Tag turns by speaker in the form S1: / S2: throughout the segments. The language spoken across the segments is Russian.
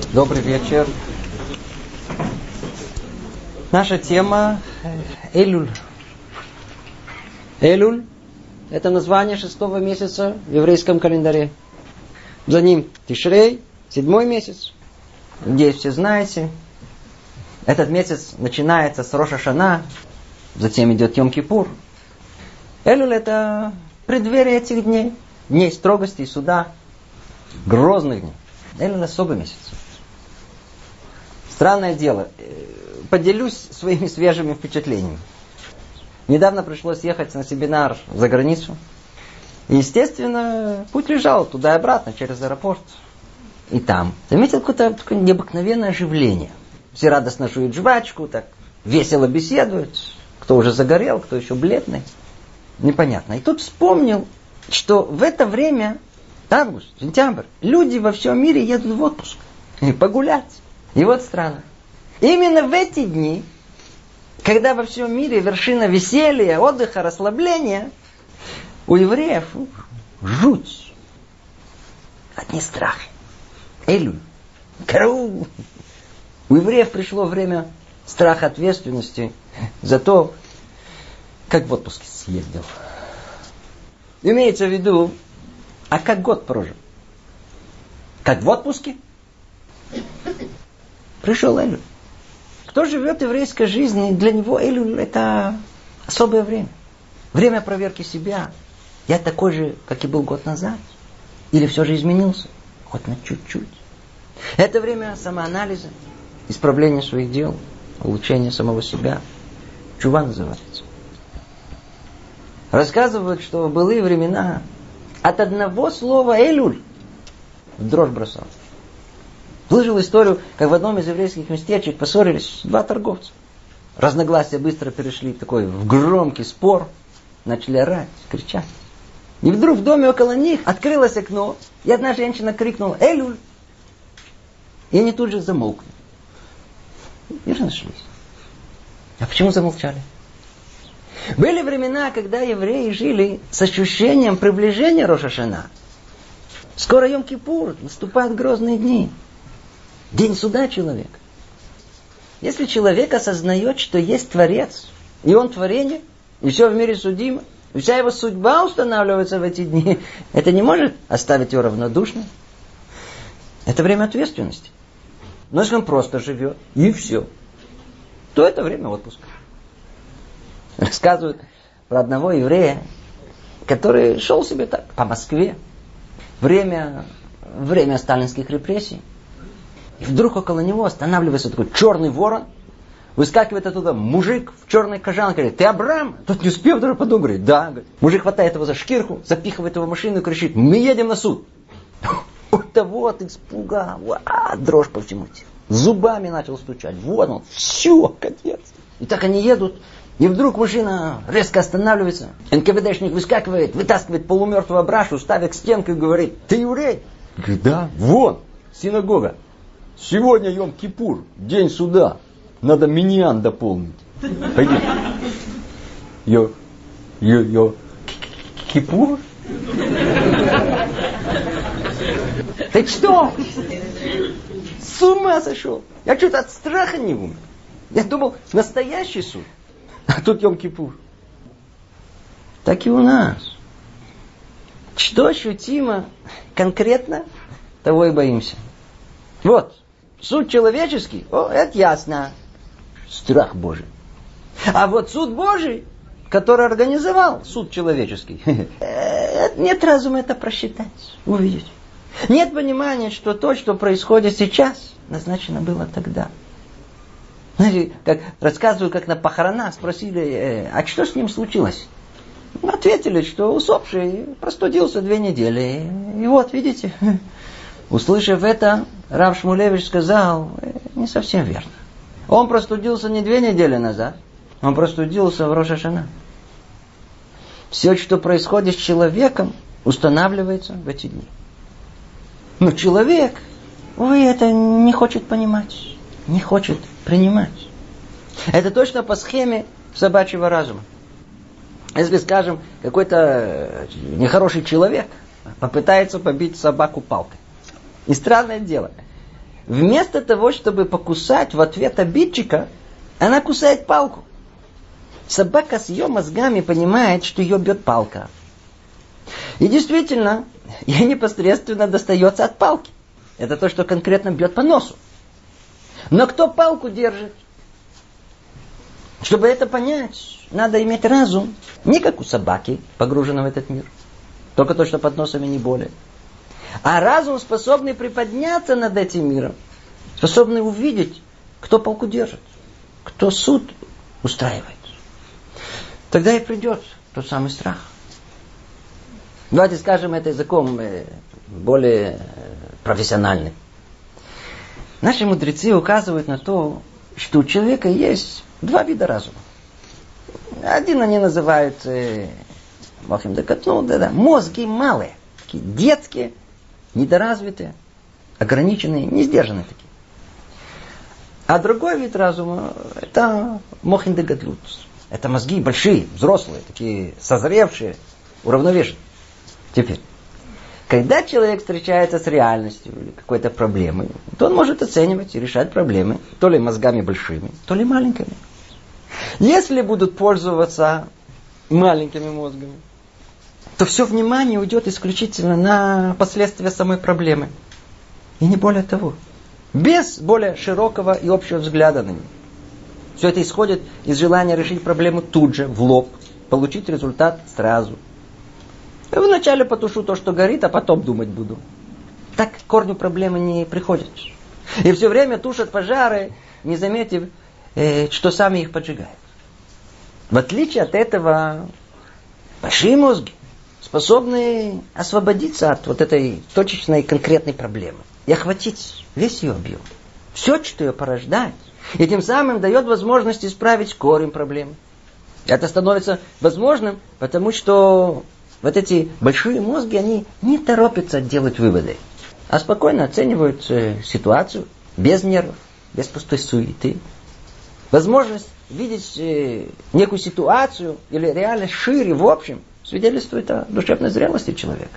S1: Добрый вечер. Наша тема Элюль. Элюль – это название 6-го месяца в еврейском календаре. За ним Тишрей, 7-й месяц. Надеюсь, все знаете. Этот месяц начинается с Рош ха-Шана, затем идет Йом-Кипур. Элюль – это преддверие этих дней. Дней строгости и суда. Грозных дней. Элюль – особый месяц. Странное дело. Поделюсь своими свежими впечатлениями. Недавно пришлось ехать на семинар за границу. И, естественно, путь лежал туда и обратно, через аэропорт. И там заметил какое-то такое необыкновенное оживление. Все радостно жуют жвачку, так весело беседуют. Кто уже загорел, кто еще бледный. Непонятно. И тут вспомнил, что в это время, август, сентябрь, люди во всем мире едут в отпуск. Погулять. И вот странно. Именно в эти дни, когда во всем мире вершина веселья, отдыха, расслабления, у евреев жуть. Одни страхи. Элюль. Караул. У евреев пришло время страха ответственности за то, как в отпуске съездил. Имеется в виду, а как год прожил? Как в отпуске? Пришел Элюль. Кто живет еврейской жизнью, для него Элюль это особое время. Время проверки себя. Я такой же, как и был год назад? Или все же изменился? Хоть на чуть-чуть. Это время самоанализа, исправления своих дел, улучшения самого себя. Чува называется. Рассказывают, что в былые времена от одного слова Элюль в дрожь бросал. Слышал историю, как в одном из еврейских местечек поссорились два торговца. Разногласия быстро перешли в громкий спор. Начали орать, кричать. И вдруг в доме около них открылось окно, и одна женщина крикнула «Элюль!». И они тут же замолкли. И разошлись. А почему замолчали? Были времена, когда евреи жили с ощущением приближения Рош ха-Шана. Скоро Йом-Кипур, наступают грозные дни. День суда человека. Если человек осознает, что есть Творец, и он творение, и все в мире судимо, и вся его судьба устанавливается в эти дни, это не может оставить его равнодушным. Это время ответственности. Но если он просто живет, и все, то это время отпуска. Рассказывают про одного еврея, который шел себе так по Москве. Время сталинских репрессий. И вдруг около него останавливается такой черный ворон. Выскакивает оттуда мужик в черной кожанке. Говорит: «Ты Абрам?» Тот не успев даже подумать. Говорит: «Да». Говорит. Мужик хватает его за шкирку, запихивает его в машину и кричит: «Мы едем на суд». Вот испугал. Дрожь по всему телу. Зубами начал стучать. Вот он. Все, конец. И так они едут. И вдруг машина резко останавливается. НКВДшник выскакивает, вытаскивает полумертвого Абрашу, ставит к стенке и говорит: «Ты еврей?» Говорит: «Да». «Вон, синагога. Сегодня Йом-Кипур, день суда. Надо миньян дополнить. Пойди». Кипур? Ты что? С ума сошел? Я что-то от страха не умер. Я думал, настоящий суд. А тут Йом-Кипур. Так и у нас. Что ощутимо конкретно, того и боимся. Вот. Суд человеческий, это ясно. Страх Божий. А вот суд Божий, который организовал суд человеческий, нет разума это просчитать, увидеть. Нет понимания, что то, что происходит сейчас, назначено было тогда. Знаете, как рассказывают, как на похоронах спросили: а что с ним случилось? Ответили, что усопший простудился 2 недели. И вот, видите, услышав это, Рав Шмулевич сказал: не совсем верно. Он простудился не 2 недели назад, он простудился в Рош ха-Шана. Все, что происходит с человеком, устанавливается в эти дни. Но человек, увы, это не хочет понимать, не хочет принимать. Это точно по схеме собачьего разума. Если, скажем, какой-то нехороший человек попытается побить собаку палкой. И странное дело, вместо того, чтобы покусать в ответ обидчика, она кусает палку. Собака с ее мозгами понимает, что ее бьет палка. И действительно, ей непосредственно достается от палки. Это то, что конкретно бьет по носу. Но кто палку держит? Чтобы это понять, надо иметь разум. Не как у собаки, погруженной в этот мир. Только то, что под носом и не более. А разум, способный приподняться над этим миром. Способный увидеть, кто палку держит. Кто суд устраивает. Тогда и придет тот самый страх. Давайте скажем это языком более профессиональным. Наши мудрецы указывают на то, что у человека есть два вида разума. Один они называют мозги малые, такие детские, недоразвитые, ограниченные, не сдержанные такие. А другой вид разума — это мохин де гадлут. Это мозги большие, взрослые, такие созревшие, уравновешенные. Теперь, когда человек встречается с реальностью или какой-то проблемой, то он может оценивать и решать проблемы то ли мозгами большими, то ли маленькими. Если будут пользоваться маленькими мозгами, то все внимание уйдет исключительно на последствия самой проблемы. И не более того. Без более широкого и общего взгляда на нее. Все это исходит из желания решить проблему тут же, в лоб, получить результат сразу. Вначале потушу то, что горит, а потом думать буду. Так к корню проблемы не приходят. И все время тушат пожары, не заметив, что сами их поджигают. В отличие от этого, большие мозги способны освободиться от вот этой точечной конкретной проблемы и охватить весь ее объем. Все, что ее порождает. И тем самым дает возможность исправить корень проблемы. Это становится возможным, потому что вот эти большие мозги, они не торопятся делать выводы, а спокойно оценивают ситуацию без нервов, без пустой суеты. Возможность видеть некую ситуацию или реальность шире, в общем, свидетельствует о душевной зрелости человека.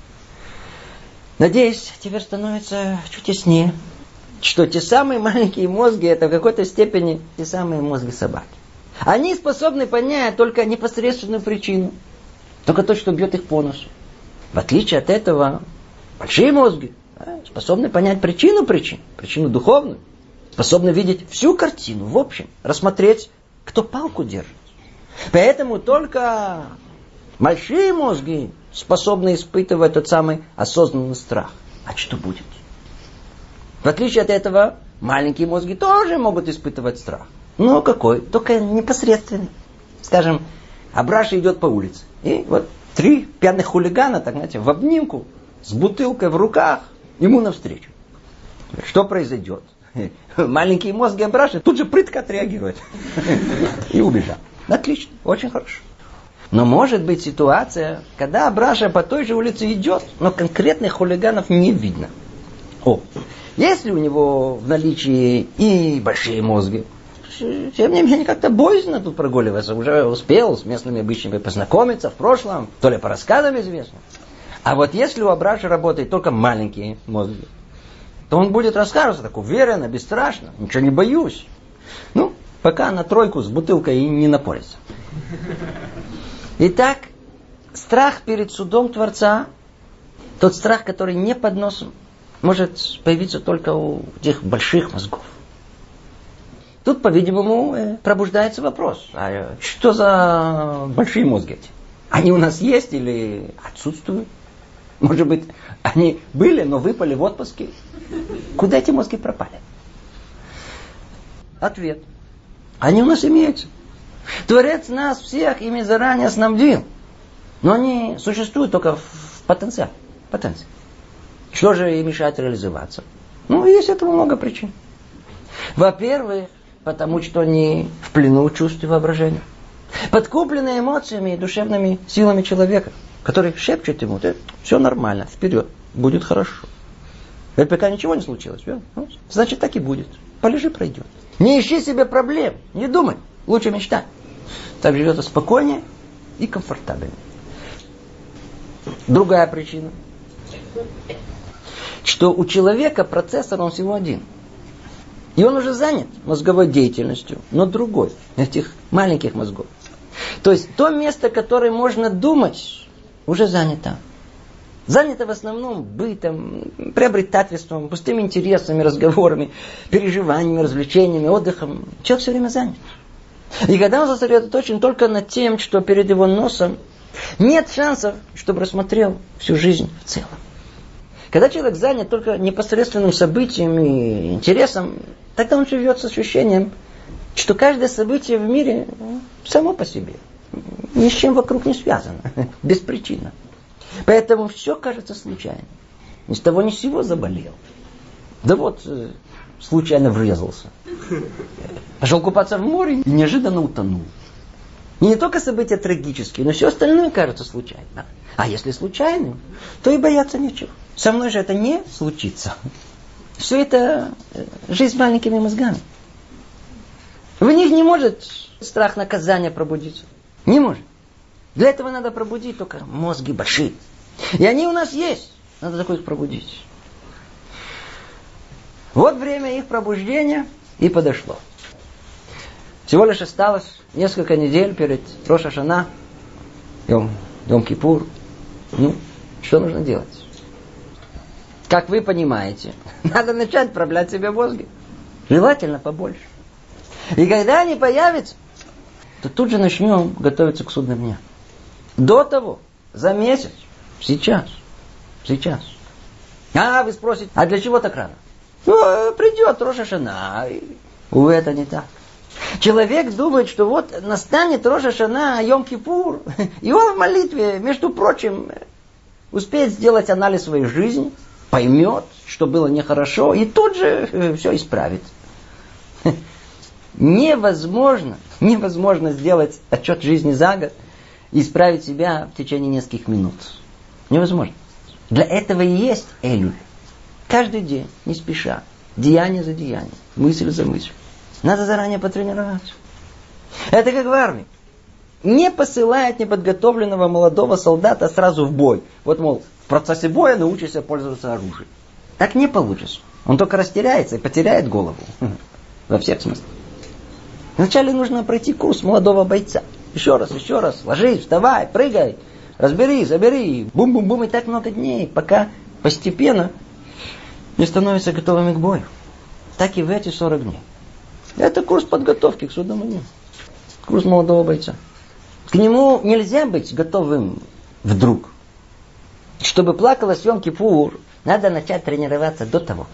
S1: Надеюсь, теперь становится чуть яснее, что те самые маленькие мозги, это в какой-то степени те самые мозги собаки. Они способны понять только непосредственную причину, только то, что бьет их по носу. В отличие от этого, большие мозги способны понять причину духовную, способны видеть всю картину, в общем, рассмотреть, кто палку держит. Поэтому только большие мозги способны испытывать тот самый осознанный страх. А что будет? В отличие от этого, маленькие мозги тоже могут испытывать страх. Но какой? Только непосредственный. Скажем, Абраша идет по улице. И вот 3 пьяных хулигана, так знаете, в обнимку, с бутылкой в руках, ему навстречу. Что произойдет? Маленькие мозги Абраши тут же прытко отреагируют. И убежал. Отлично, очень хорошо. Но может быть ситуация, когда Абраша по той же улице идет, но конкретных хулиганов не видно. Если у него в наличии и большие мозги, тем не менее как-то боязно тут прогуливаться. Уже успел с местными обычными познакомиться в прошлом, то ли по рассказам известно. А вот если у Абраши работают только маленькие мозги, то он будет рассказывать так уверенно, бесстрашно, ничего не боюсь. Пока на 3 с бутылкой и не напорится. Итак, страх перед судом Творца, тот страх, который не под носом, может появиться только у этих больших мозгов. Тут, по-видимому, пробуждается вопрос, а что за большие мозги эти? Они у нас есть или отсутствуют? Может быть, они были, но выпали в отпуске? Куда эти мозги пропали? Ответ. Они у нас имеются. Творец нас всех ими заранее снабдил. Но они существуют только в потенциале. Что же им мешает реализоваться? Есть этому много причин. Во-первых, потому что они в плену чувств и воображения. Подкуплены эмоциями и душевными силами человека, который шепчет ему: все нормально, вперед, будет хорошо. Ведь пока ничего не случилось, значит так и будет. Полежи, пройдет. Не ищи себе проблем, не думай, лучше мечтай. Так живется спокойнее и комфортабельнее. Другая причина. что у человека процессор, он всего один. И он уже занят мозговой деятельностью, но другой, этих маленьких мозгов. То есть то место, которое можно думать, уже занято. Занято в основном бытом, приобретательством, пустыми интересами, разговорами, переживаниями, развлечениями, отдыхом. Человек все время занят. И когда он сосредоточен только над тем, что перед его носом, нет шансов, чтобы рассмотрел всю жизнь в целом. Когда человек занят только непосредственным событием и интересом, тогда он живет с ощущением, что каждое событие в мире само по себе, ни с чем вокруг не связано, беспричинно. Поэтому все кажется случайным. Ни с того ни с сего заболел. Да вот, случайно врезался. Пошел купаться в море и неожиданно утонул. И не только события трагические, но все остальное кажется случайным. А если случайным, то и бояться нечего. Со мной же это не случится. Все это жизнь с маленькими мозгами. В них не может страх наказания пробудиться. Не может. Для этого надо пробудить только мозги большие. И они у нас есть. Надо только их пробудить. Вот время их пробуждения и подошло. Всего лишь осталось несколько недель перед Рош ха-Шана, Йом-Кипур. Что нужно делать? Как вы понимаете, надо начать вправлять себе мозги. Желательно побольше. И когда они появятся, то тут же начнем готовиться к судному дню. До того, за месяц, сейчас. Вы спросите, а для чего так рано? Придет Рош ха-Шана. Увы, это не так. Человек думает, что вот настанет Рош ха-Шана, Йом-Кипур, и он в молитве, между прочим, успеет сделать анализ своей жизни, поймет, что было нехорошо, и тут же все исправит. Невозможно сделать отчет жизни за год и исправить себя в течение нескольких минут. Невозможно. Для этого и есть Элюль. Каждый день, не спеша, деяние за деянием, мысль за мыслью. Надо заранее потренироваться. Это как в армии. Не посылает неподготовленного молодого солдата сразу в бой. Вот, мол, в процессе боя научишься пользоваться оружием. Так не получится. Он только растеряется и потеряет голову. Во всех смыслах. Вначале нужно пройти курс молодого бойца. Еще раз. Ложись, вставай, прыгай. Разбери, забери. Бум-бум-бум. И так много дней, пока постепенно не становятся готовыми к бою. Так и в эти 40 дней. Это курс подготовки к судному дню. Курс молодого бойца. К нему нельзя быть готовым вдруг. Чтобы плакалась Йом-Кипур, надо начать тренироваться до того.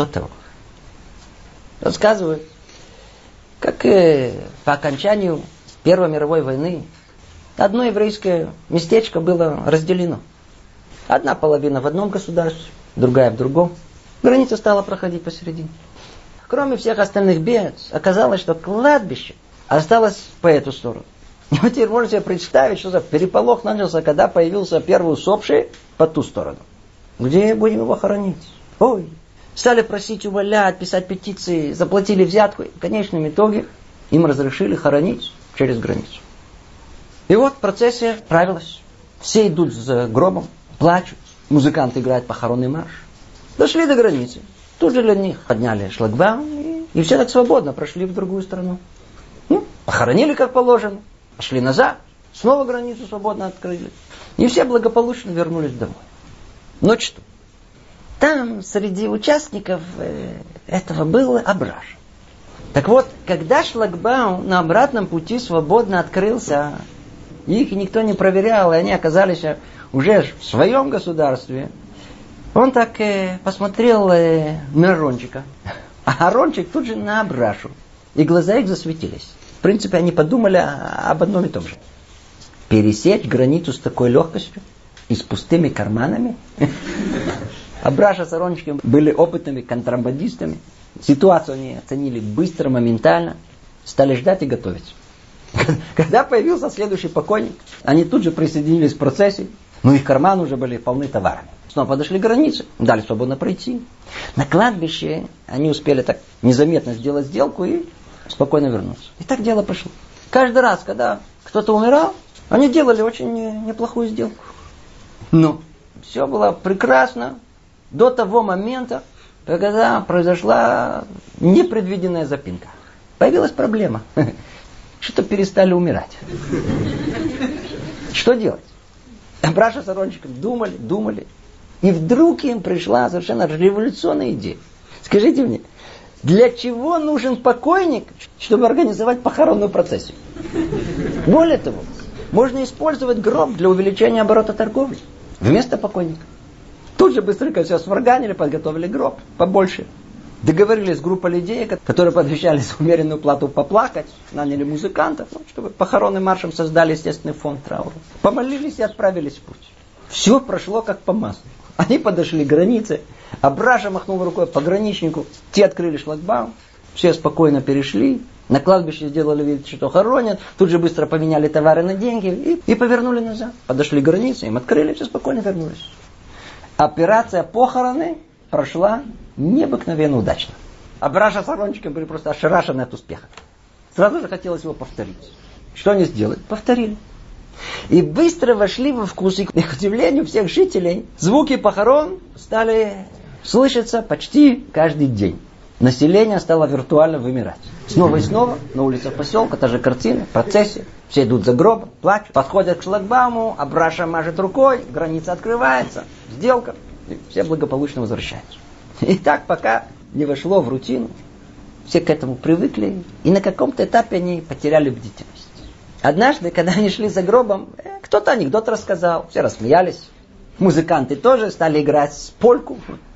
S1: Рассказывают, как по окончанию Первой мировой войны одно еврейское местечко было разделено. Одна половина в одном государстве, другая в другом. Граница стала проходить посередине. Кроме всех остальных бед, оказалось, что кладбище осталось по эту сторону. И вот теперь можно себе представить, что за переполох начался, когда появился первый усопший по ту сторону. Где будем его хоронить? Стали просить, умолять, писать петиции, заплатили взятку. В конечном итоге им разрешили хоронить через границу. И вот процессия правилась. Все идут за гробом, плачут. Музыкант играет похоронный марш. Дошли до границы. Тут же для них подняли шлагбаум, и все так свободно прошли в другую страну. Похоронили как положено, пошли назад, снова границу свободно открыли. И все благополучно вернулись домой. Но что? Там среди участников этого был Абраш. Так вот, когда шлагбаум на обратном пути свободно открылся, их никто не проверял, и они оказались уже в своем государстве, он так посмотрел на Арончика. А Арончик тут же на Абрашу. И глаза их засветились. В принципе, они подумали об одном и том же. Пересечь границу с такой легкостью и с пустыми карманами. Абраша с Арончиком были опытными контрабандистами. Ситуацию они оценили быстро, моментально. Стали ждать и готовиться. Когда появился следующий покойник, они тут же присоединились к процессии. Но их карманы уже были полны товарами. Снова подошли к границе, дали свободно пройти. На кладбище они успели так незаметно сделать сделку и спокойно вернуться. И так дело пошло. Каждый раз, когда кто-то умирал, они делали очень неплохую сделку. Но все было прекрасно до того момента, когда произошла непредвиденная запинка. Появилась проблема. Что-то перестали умирать. Что делать? Браша с Арончиком думали. И вдруг им пришла совершенно революционная идея. Скажите мне, для чего нужен покойник, чтобы организовать похоронную процессию? Более того, можно использовать гроб для увеличения оборота торговли. Вместо покойника. Тут же быстренько все сварганили, подготовили гроб побольше. Договорились с группой людей, которые пообещали за умеренную плату поплакать, наняли музыкантов, чтобы похоронным маршем создали естественный фон траура. Помолились и отправились в путь. Все прошло как по маслу. Они подошли к границе, а Браша махнул рукой пограничнику, те открыли шлагбаум, все спокойно перешли, на кладбище сделали вид, что хоронят, тут же быстро поменяли товары на деньги и повернули назад. Подошли к границе, им открыли, все спокойно вернулись. Операция похороны прошла необыкновенно удачно. А Браша с Арончиком были просто ошарашены от успеха. Сразу же хотелось его повторить. Что они сделали? Повторили. И быстро вошли во вкус. И, к удивлению всех жителей, звуки похорон стали слышаться почти каждый день. Население стало виртуально вымирать. Снова и снова на улицах поселка та же картина, процессия. Все идут за гробом, плачут, подходят к шлагбауму, а Браша мажет рукой, граница открывается, сделка, и все благополучно возвращаются. И так пока не вошло в рутину, все к этому привыкли, и на каком-то этапе они потеряли бдительность. Однажды, когда они шли за гробом, кто-то анекдот рассказал, все рассмеялись. Музыканты тоже стали играть польку.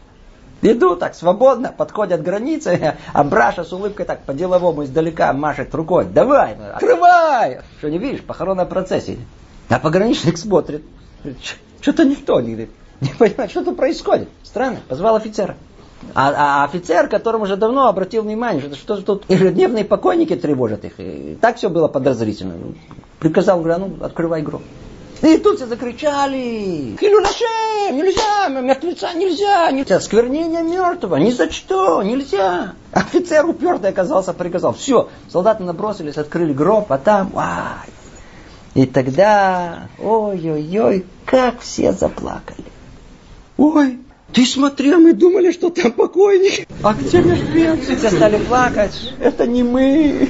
S1: Идут так свободно, подходят к границе, а Браша с улыбкой так по-деловому издалека машет рукой. Давай, открывай! Что не видишь, похоронная процессия. А пограничник смотрит. Что-то никто не понимает, что тут происходит. Странно, позвал офицера. А офицер, которому уже давно обратил внимание, что тут ежедневные покойники тревожат их. И так все было подозрительно. Приказал, говорю, открывай гроб. И тут все закричали: «Хилюлашем! Нельзя! Мертвеца нельзя! Осквернение мертвого! Ни за что! Нельзя!» Офицер упертый оказался, приказал. Все, солдаты набросились, открыли гроб, а там... Ай! И тогда... Ой-ой-ой, как все заплакали. «Ой, ты смотри, мы думали, что там покойник. А где мертвец?» Все стали плакать. «Это не мы!»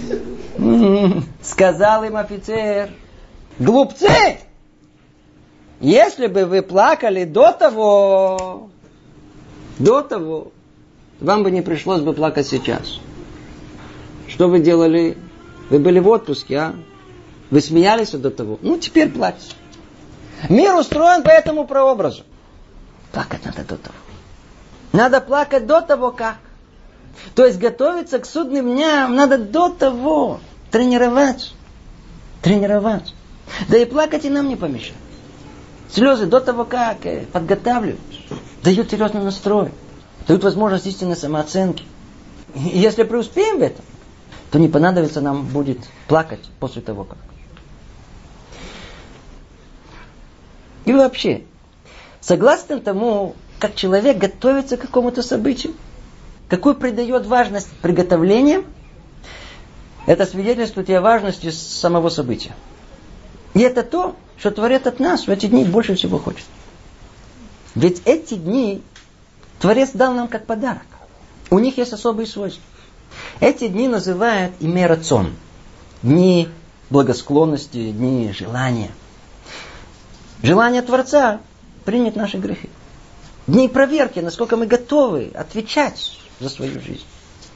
S1: Сказал им офицер: «Глупцы! Если бы вы плакали до того, вам бы не пришлось бы плакать сейчас. Что вы делали? Вы были в отпуске, а? Вы смеялись до того? Ну, теперь плачьте. Мир устроен по этому прообразу. Плакать надо до того. Надо плакать до того, как. То есть готовиться к судным дням надо до того. Тренироваться. Да и плакать и нам не помешает. Слезы до того, как подготавливают, дают серьезный настрой, дают возможность истинной самооценки. И если преуспеем в этом, то не понадобится нам будет плакать после того, как. И вообще, согласно тому, как человек готовится к какому-то событию, какую придает важность приготовлениям, это свидетельствует о важности самого события. И это то, что Творец от нас в эти дни больше всего хочет. Ведь эти дни Творец дал нам как подарок. У них есть особые свойства. Эти дни называют имей рацион. Дни благосклонности, дни желания. Желание Творца принять наши грехи. Дни проверки, насколько мы готовы отвечать за свою жизнь.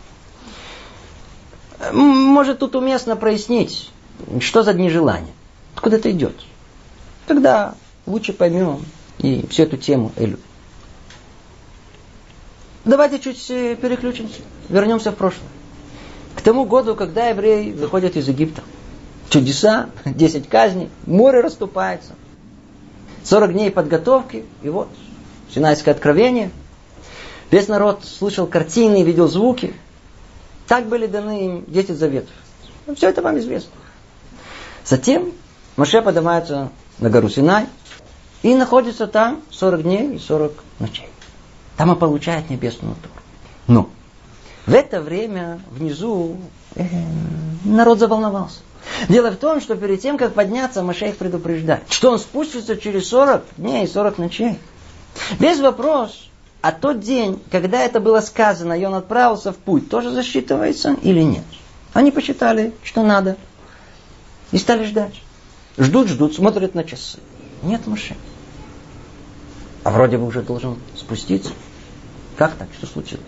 S1: Может, тут уместно прояснить, что за дни желания. Откуда это идет? Тогда лучше поймем и всю эту тему Элю. Давайте чуть переключимся. Вернемся в прошлое. К тому году, когда евреи выходят из Египта. Чудеса, 10 казней, море расступается. 40 дней подготовки, и вот Синайское откровение. Весь народ слышал картины, видел звуки. Так были даны им 10 заветов. Все это вам известно. Затем Моше поднимается на гору Синай и находится там 40 дней и 40 ночей. Там он получает небесную Тору. Но в это время внизу народ заволновался. Дело в том, что перед тем, как подняться, Моше их предупреждает, что он спустится через 40 дней и 40 ночей. Весь вопрос, А тот день, когда это было сказано, и он отправился в путь, тоже засчитывается или нет? Они посчитали, что надо. И стали ждать. Ждут, смотрят на часы. Нет Моше. А вроде бы уже должен спуститься. Как так? Что случилось?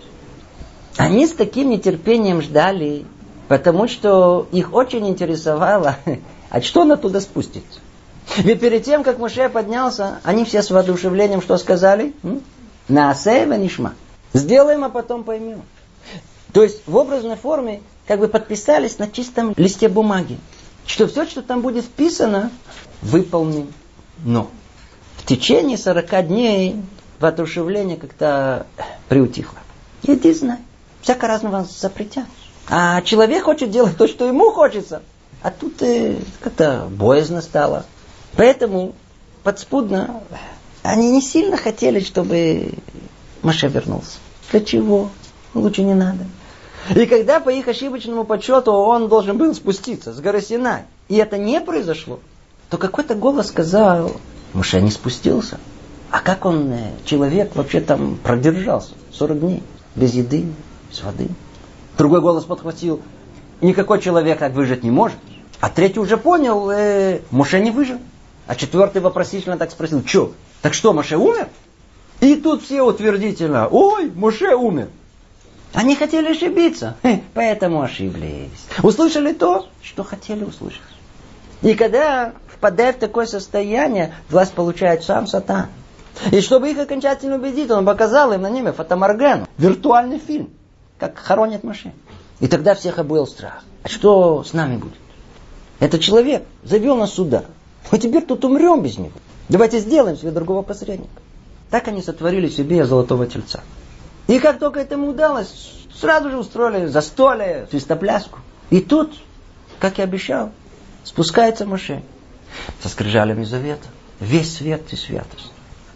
S1: Они с таким нетерпением ждали, потому что их очень интересовало, а что он оттуда спустится. Ведь перед тем, как Моше поднялся, они все с воодушевлением что сказали? Наасе венишма. Сделаем, а потом поймем. То есть в образной форме как бы подписались на чистом листе бумаги, что все, что там будет вписано, выполним. Но в течение 40 дней воодушевление как-то приутихло. Иди знай. Всяко разного запретят. А человек хочет делать то, что ему хочется. А тут как-то боязно стало. Поэтому подспудно они не сильно хотели, чтобы Моше вернулся. Для чего? Лучше не надо. И когда по их ошибочному подсчету он должен был спуститься с горы Синай, и это не произошло, то какой-то голос сказал: Моше не спустился. А как он, человек, вообще там продержался 40 дней? Без еды, без воды. Другой голос подхватил: никакой человек так выжить не может. А третий уже понял, Моше не выжил. А четвертый вопросительно так спросил: что? Так что, Моше умер? И тут все утвердительно: ой, Моше умер. Они хотели ошибиться, поэтому ошиблись. Услышали то, что хотели услышать. И когда впадая в такое состояние, власть получает сам Сатан. И чтобы их окончательно убедить, он показал им на небе фатаморгану, виртуальный фильм, как хоронят Моше. И тогда всех обуял страх. А что с нами будет? Этот человек завел нас сюда. А теперь тут умрем без него. Давайте сделаем себе другого посредника. Так они сотворили себе золотого тельца. И как только этому удалось, сразу же устроили застолье, свистопляску. И тут, как и обещал, спускается Моше со скрижалями завета. Весь свет и святость.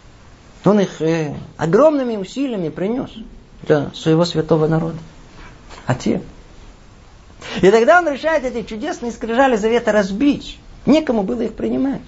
S1: Он их огромными усилиями принес для своего святого народа. А те? И тогда он решает эти чудесные скрижали завета разбить. Некому было их принимать.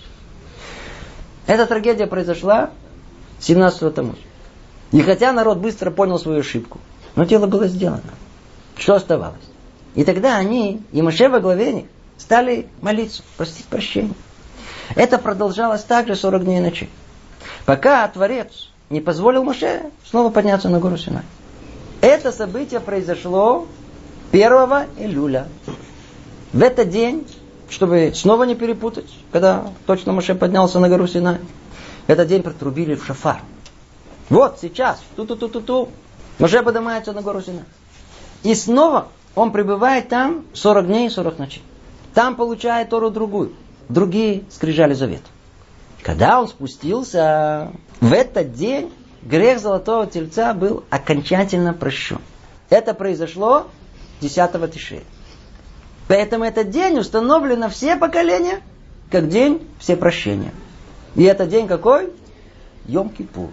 S1: Эта трагедия произошла 17-го Тамуза. И хотя народ быстро понял свою ошибку, но дело было сделано. Что оставалось? И тогда они, и Моше во главе них, стали молиться, просить прощения. Это продолжалось также 40 дней и ночей. Пока Творец не позволил Моше снова подняться на гору Синай. Это событие произошло 1 июля. В этот день, чтобы снова не перепутать, когда точно Моше поднялся на гору Синай, в этот день протрубили в шофар. Вот сейчас, ту-ту-ту-ту-ту, Моше поднимается на гору Синай. И снова он пребывает там 40 дней и 40 ночей. Там получает Тору другую, другие скрижали завета. Когда он спустился, в этот день грех золотого тельца был окончательно прощен. Это произошло 10-го Тишрея. Поэтому этот день установлен на все поколения, как день всепрощения. И этот день какой? Йом-Кипур.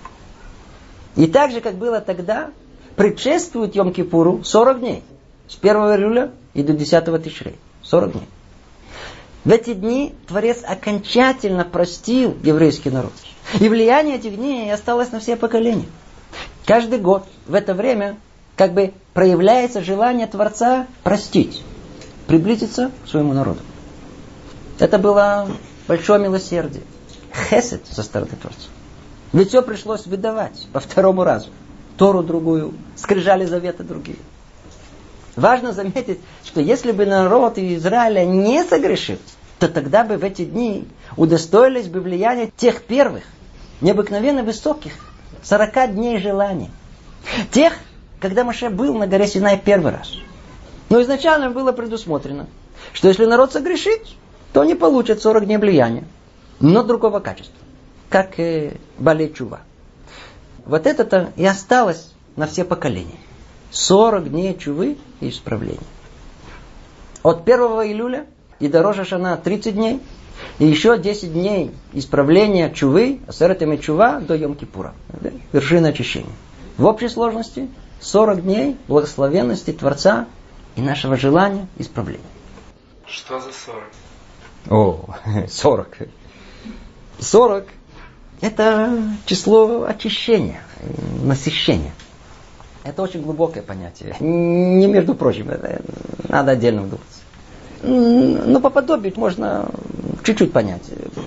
S1: И так же, как было тогда, предшествует Йом-Кипуру 40 дней. С 1 июля и до 10-го Тишрея. 40 дней. В эти дни Творец окончательно простил еврейский народ. И влияние этих дней осталось на все поколения. Каждый год в это время как бы проявляется желание Творца простить, приблизиться к своему народу. Это было большое милосердие. Хесед со стороны Творца. Ведь все пришлось выдавать по второму разу. Тору другую, скрижали завета другие. Важно заметить, что если бы народ Израиля не согрешил, то тогда бы в эти дни удостоились бы влияния тех первых, необыкновенно высоких, 40 дней желаний. Тех, когда Моше был на горе Синай первый раз. Но изначально было предусмотрено, что если народ согрешит, то не получат 40 дней влияния, но другого качества, как Балей Чува. Вот это-то и осталось на все поколения. 40 дней чувы и исправления. От 1 июля и до Рош ха-Шана 30 дней, и еще 10 дней исправления чувы, асерет йемей чува, до Йом-Кипура. Вершина очищения. В общей сложности 40 дней благословенности Творца и нашего желания исправления.
S2: Что за 40?
S1: О, 40. 40 это число очищения. насыщение. Это очень глубокое понятие. Не между прочим, это надо отдельно вдуматься. Но по подобию можно чуть-чуть понять.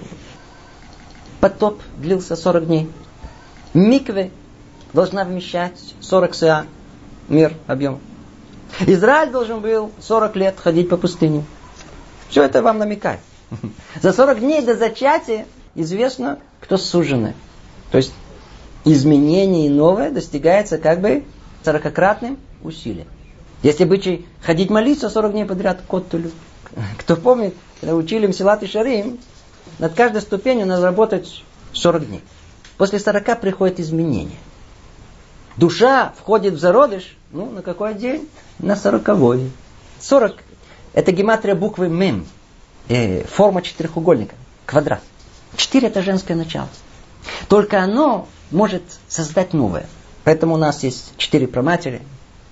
S1: Потоп длился 40 дней. Микве должна вмещать 40 сеа, мер, объем. Израиль должен был 40 лет ходить по пустыне. Все это вам намекает. За 40 дней до зачатия известно, кто суженый. То есть изменение новое достигается как бы 40-кратным усилием. Если бы ходить молиться 40 дней подряд, коттулю. Кто помнит, когда учили Мсилат Ишарим, над каждой ступенью надо работать 40 дней. После 40 приходит изменение. Душа входит в зародыш, на какой день? На 40-й. 40 это гематрия буквы Мем. Форма четырехугольника. Квадрат. 4 это женское начало. Только оно может создать новое. Поэтому у нас есть 4 праматери.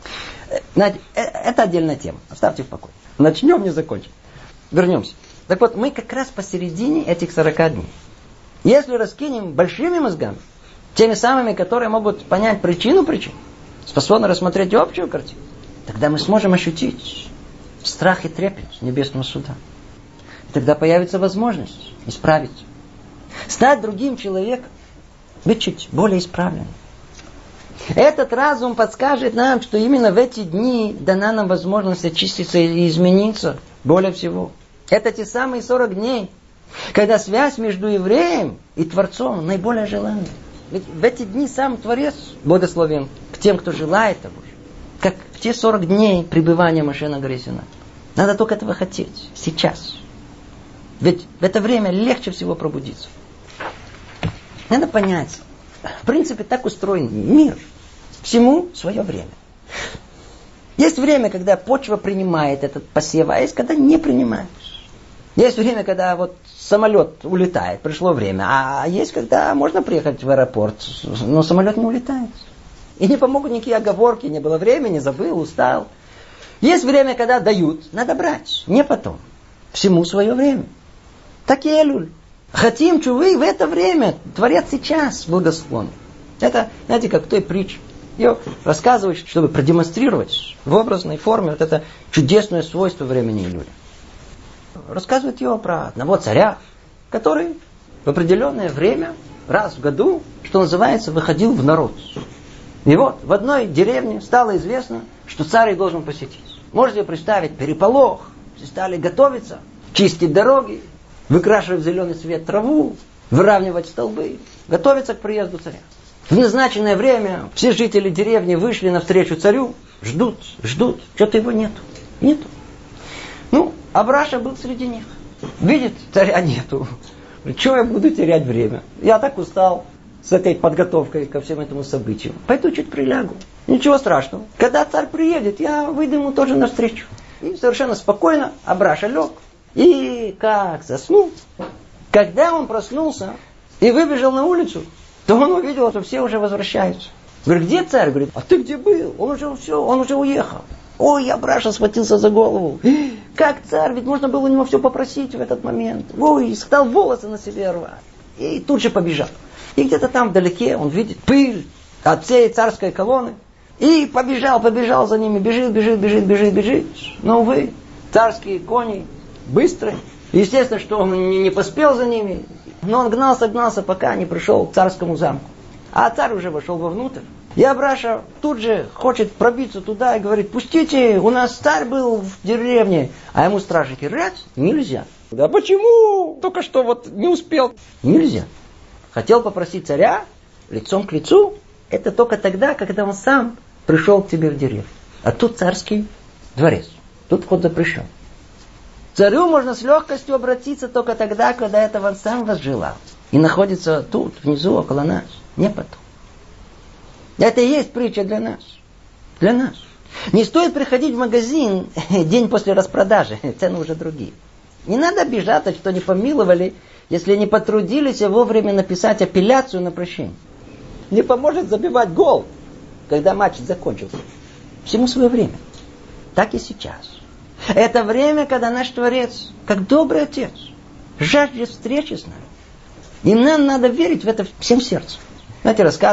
S1: Это отдельная тема. Оставьте в покое. Начнем, не закончим. Вернемся. Так вот, мы как раз посередине этих 40 дней. Если раскинем большими мозгами, теми самыми, которые могут понять причину причин, способны рассмотреть общую картину, тогда мы сможем ощутить страх и трепет небесного суда. И тогда появится возможность исправить. Стать другим человеком. Быть чуть более исправленным. Этот разум подскажет нам, что именно в эти дни дана нам возможность очиститься и измениться более всего. Это те самые 40 дней, когда связь между евреем и Творцом наиболее желанна. Ведь в эти дни сам Творец благословен к тем, кто желает того же. Как в те 40 дней пребывания Моше на горе Синай. Надо только этого хотеть. Сейчас. Ведь в это время легче всего пробудиться. Надо понять. В принципе, так устроен мир. Всему свое время. Есть время, когда почва принимает этот посев, а есть, когда не принимает. Есть время, когда самолет улетает, пришло время. А есть, когда можно приехать в аэропорт, но самолет не улетает. И не помогут никакие оговорки, не было времени, забыл, устал. Есть время, когда дают, надо брать, не потом. Всему свое время. Так и Элюль. Хотим чувы в это время. Творец сейчас благословен. Это, знаете, как в той притче. Ее рассказывают, чтобы продемонстрировать в образной форме это чудесное свойство времени Элюля. Рассказывают ее про одного царя, который в определенное время, раз в году, что называется, выходил в народ. И вот в одной деревне стало известно, что царь должен посетить. Можете представить переполох. Все стали готовиться, чистить дороги, выкрашивать в зеленый цвет траву, выравнивать столбы, готовиться к приезду царя. В назначенное время все жители деревни вышли навстречу царю, ждут, что-то его нету. Абраша был среди них. Видит, царя нету. Чего я буду терять время? Я так устал с этой подготовкой ко всем этому событию. Пойду чуть прилягу. Ничего страшного. Когда царь приедет, я выйду ему тоже навстречу. И совершенно спокойно Абраша лег. И как заснул. Когда он проснулся и выбежал на улицу, то он увидел, что все уже возвращаются. Говорит, где царь? Говорит, а ты где был? Он уже уехал. Ой, Абраша схватился за голову. Как царь? Ведь можно было у него все попросить в этот момент. Ой, стал волосы на себе рвать. И тут же побежал. И где-то там вдалеке он видит пыль от всей царской колонны. И побежал за ними. Бежит. Но, увы, царские кони быстрые. Естественно, что он не поспел за ними. Но он гнался, пока не пришел к царскому замку. А царь уже вошел вовнутрь. И Абраша тут же хочет пробиться туда и говорит, пустите, у нас царь был в деревне. А ему стражники, нельзя. Да почему? Только что не успел. Нельзя. Хотел попросить царя лицом к лицу. Это только тогда, когда он сам пришел к тебе в деревню. А тут царский дворец. Тут вход запрещен. Царю можно с легкостью обратиться только тогда, когда этого он сам возжелал. И находится тут, внизу, около нас. Не потом. Это и есть притча для нас. Для нас. Не стоит приходить в магазин день после распродажи. Цены уже другие. Не надо обижаться, что не помиловали, если не потрудились вовремя написать апелляцию на прощение. Не поможет забивать гол, когда матч закончился. Всему свое время. Так и сейчас. Это время, когда наш Творец, как добрый Отец, жаждет встречи с нами. И нам надо верить в это всем сердцем. Знаете, рассказывают,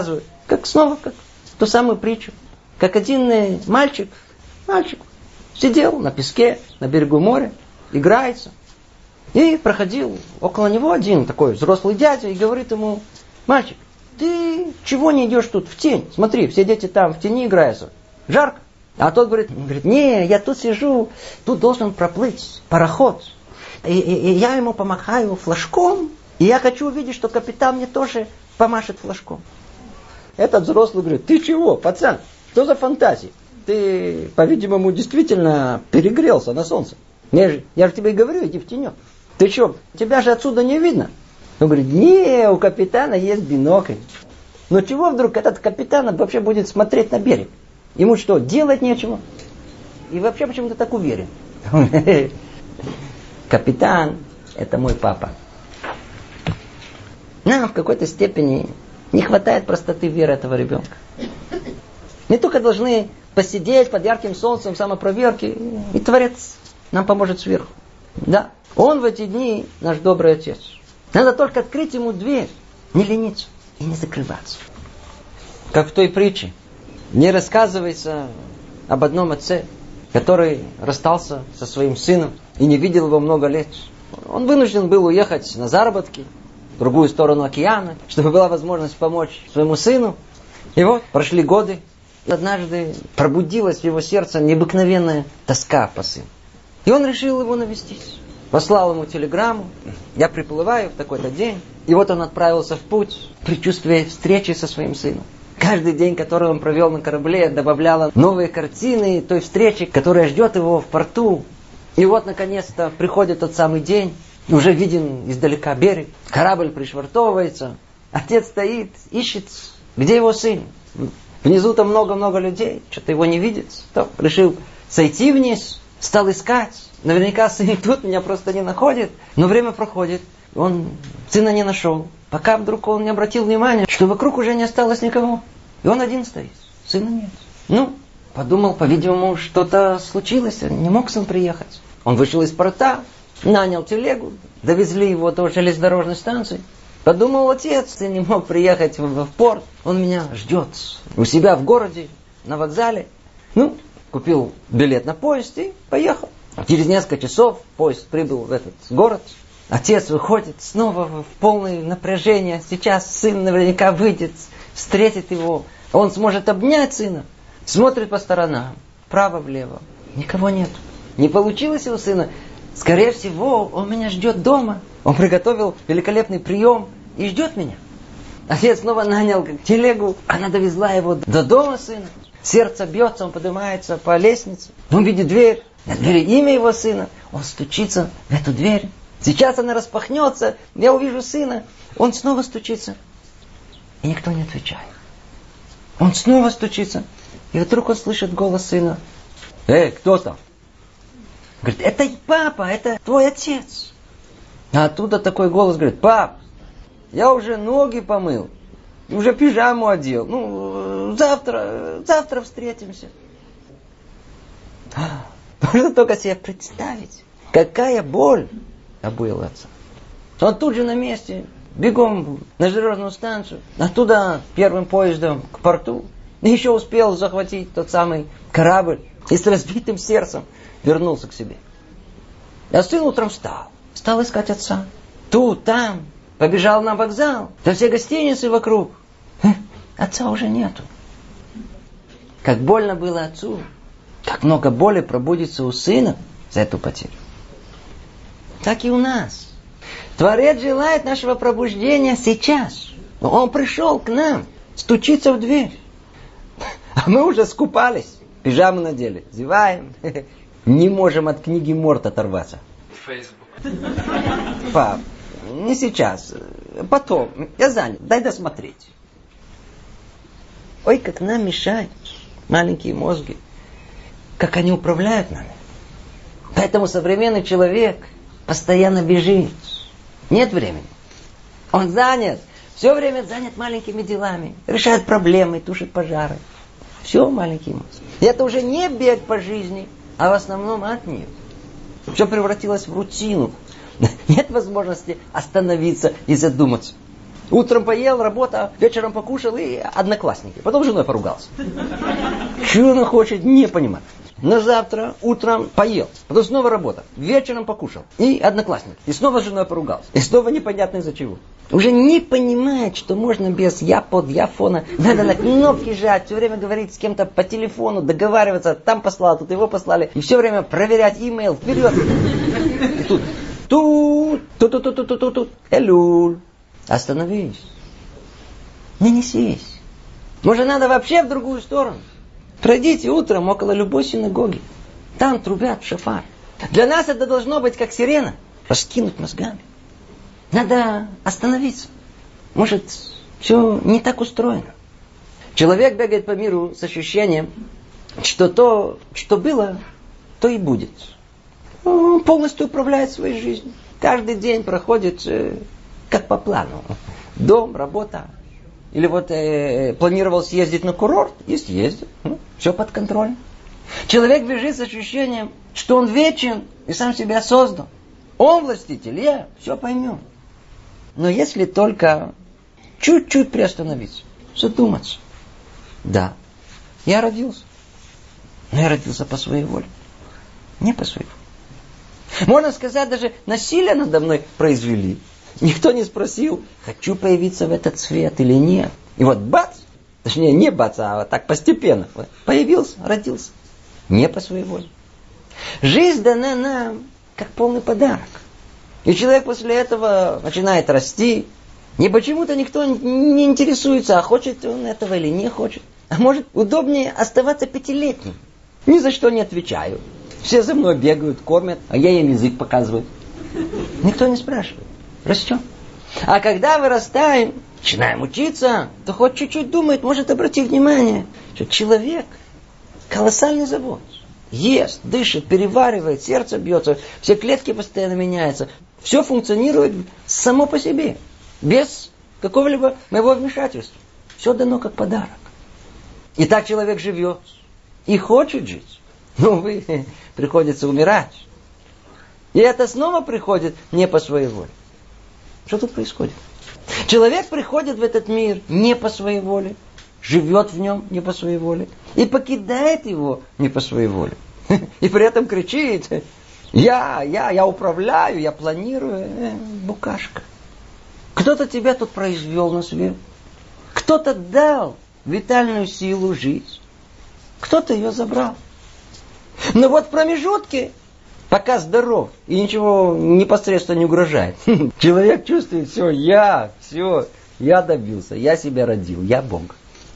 S1: как ту самую притчу. Как один мальчик сидел на песке, на берегу моря, играется. И проходил около него один такой взрослый дядя и говорит ему: мальчик, ты чего не идешь тут в тень? Смотри, все дети там в тени играются. Жарко. А тот говорит: не, я тут сижу, тут должен проплыть пароход. И я ему помахаю флажком, и я хочу увидеть, что капитан мне тоже помашет флажком. Этот взрослый говорит: ты чего, пацан, что за фантазии? Ты, по-видимому, действительно перегрелся на солнце. Я же тебе и говорю, иди в тенек. Ты что, тебя же отсюда не видно? Он говорит: не, у капитана есть бинокль. Но чего вдруг этот капитан вообще будет смотреть на берег? Ему что, делать нечего? И вообще почему ты так уверен? Капитан — это мой папа. Нам в какой-то степени не хватает простоты веры этого ребенка. Мы только должны посидеть под ярким солнцем самопроверки, и Творец нам поможет сверху. Да, он в эти дни наш добрый отец. Надо только открыть ему дверь, не лениться и не закрываться. Как в той притче. Не рассказывается об одном отце, который расстался со своим сыном и не видел его много лет. Он вынужден был уехать на заработки в другую сторону океана, чтобы была возможность помочь своему сыну. И вот прошли годы. Однажды пробудилась в его сердце необыкновенная тоска по сыну. И он решил его навестить. Послал ему телеграмму: я приплываю в такой-то день. И вот он отправился в путь, предчувствуя встречи со своим сыном. Каждый день, который он провел на корабле, добавляла новые картины той встречи, которая ждет его в порту. И вот, наконец-то, приходит тот самый день. Уже виден издалека берег. Корабль пришвартовывается. Отец стоит, ищет, где его сын. Внизу там много-много людей. Что-то его не видит. То решил сойти вниз. Стал искать. Наверняка сын тут меня просто не находит. Но время проходит. Он сына не нашел. Пока вдруг он не обратил внимания, что вокруг уже не осталось никого. И он один стоит. Сына нет. Подумал, по-видимому, что-то случилось. Не мог сын приехать. Он вышел из порта, нанял телегу, довезли его до железнодорожной станции. Подумал, отец, ты не мог приехать в порт. Он меня ждет у себя в городе, на вокзале. Купил билет на поезд и поехал. Через несколько часов поезд прибыл в этот город. Отец выходит снова в полное напряжение. Сейчас сын наверняка выйдет, встретит его. Он сможет обнять сына. Смотрит по сторонам, вправо-влево. Никого нет. Не получилось у сына. Скорее всего, он меня ждет дома. Он приготовил великолепный прием и ждет меня. Отец снова нанял телегу. Она довезла его до дома сына. Сердце бьется, он поднимается по лестнице. Он видит дверь. На двери имя его сына. Он стучится в эту дверь. Сейчас она распахнется. Я увижу сына. Он снова стучится. И никто не отвечает. Он снова стучится. И вдруг он слышит голос сына. Кто там? Говорит, это папа, это твой отец. А оттуда такой голос говорит: пап, я уже ноги помыл. Уже пижаму одел. Завтра встретимся. Можно только себе представить, какая боль обуяла отца. Он тут же на месте, бегом на железнодорожную станцию, оттуда первым поездом к порту. И еще успел захватить тот самый корабль. И с разбитым сердцем вернулся к себе. А сын утром стал искать отца. Тут, там, побежал на вокзал. Да все гостиницы вокруг. Отца уже нету. Как больно было отцу. Как много боли пробудится у сына за эту потерю. Так и у нас. Творец желает нашего пробуждения сейчас. Он пришел к нам, стучится в дверь. А мы уже скупались. Пижаму надели, зеваем. Не можем от книги Морт оторваться.
S2: Facebook.
S1: Пап, не сейчас. Потом. Я занят. Дай досмотреть. Ой, как нам мешают маленькие мозги. Как они управляют нами. Поэтому современный человек постоянно бежит. Нет времени. Он занят. Все время занят маленькими делами. Решает проблемы, тушит пожары. Все маленький мозг. И это уже не бег по жизни, а в основном от нее. Все превратилось в рутину. Нет возможности остановиться и задуматься. Утром поел, работа, вечером покушал и одноклассники. Потом с женой поругался. Что она хочет, не понимаю. На завтра утром поел, потом снова работа, вечером покушал. И одноклассник. И снова с женой поругался. И снова непонятно из-за чего. Уже не понимает, что можно без я-фона. Надо на кнопки жать, все время говорить с кем-то по телефону, договариваться. Там послал, тут его послали. И все время проверять имейл. Вперед. И тут. Тут. Элюль. Остановись. Не несись. Может, надо вообще в другую сторону. Пройдите утром около любой синагоги. Там трубят шофар. Для нас это должно быть как сирена. Раскинуть мозгами. Надо остановиться. Может, все не так устроено. Человек бегает по миру с ощущением, что то, что было, то и будет. Он полностью управляет своей жизнью. Каждый день проходит как по плану. Дом, работа. Или вот планировал съездить на курорт и съездил. Все под контролем. Человек бежит с ощущением, что он вечен и сам себя создал. Он властитель, я все поймем. Но если только чуть-чуть приостановиться, задуматься. Да, я родился. Но я родился по своей воле. Не по своей воле. Можно сказать, даже насилие надо мной произвели. Никто не спросил, хочу появиться в этот свет или нет. И вот бац, точнее не бац, а вот так постепенно. Появился, родился. Не по своей воле. Жизнь дана нам как полный подарок. И человек после этого начинает расти. И почему-то никто не интересуется, а хочет он этого или не хочет. А может, удобнее оставаться 5-летним. Ни за что не отвечаю. Все за мной бегают, кормят, а я им язык показываю. Никто не спрашивает. Растем. А когда вырастаем, начинаем учиться, то хоть чуть-чуть думает, может обратить внимание, что человек колоссальный завод. Ест, дышит, переваривает, сердце бьется, все клетки постоянно меняются. Все функционирует само по себе, без какого-либо моего вмешательства. Все дано как подарок. И так человек живет. И хочет жить. Но, увы, приходится умирать. И это снова приходит не по своей воле. Что тут происходит? Человек приходит в этот мир не по своей воле, живет в нем не по своей воле и покидает его не по своей воле. И при этом кричит: я управляю, я планирую. Букашка. Кто-то тебя тут произвел на свет. Кто-то дал витальную силу жить. Кто-то ее забрал. Но вот в промежутке, пока здоров и ничего непосредственно не угрожает, человек чувствует, все, я добился, я себя родил, я Бог.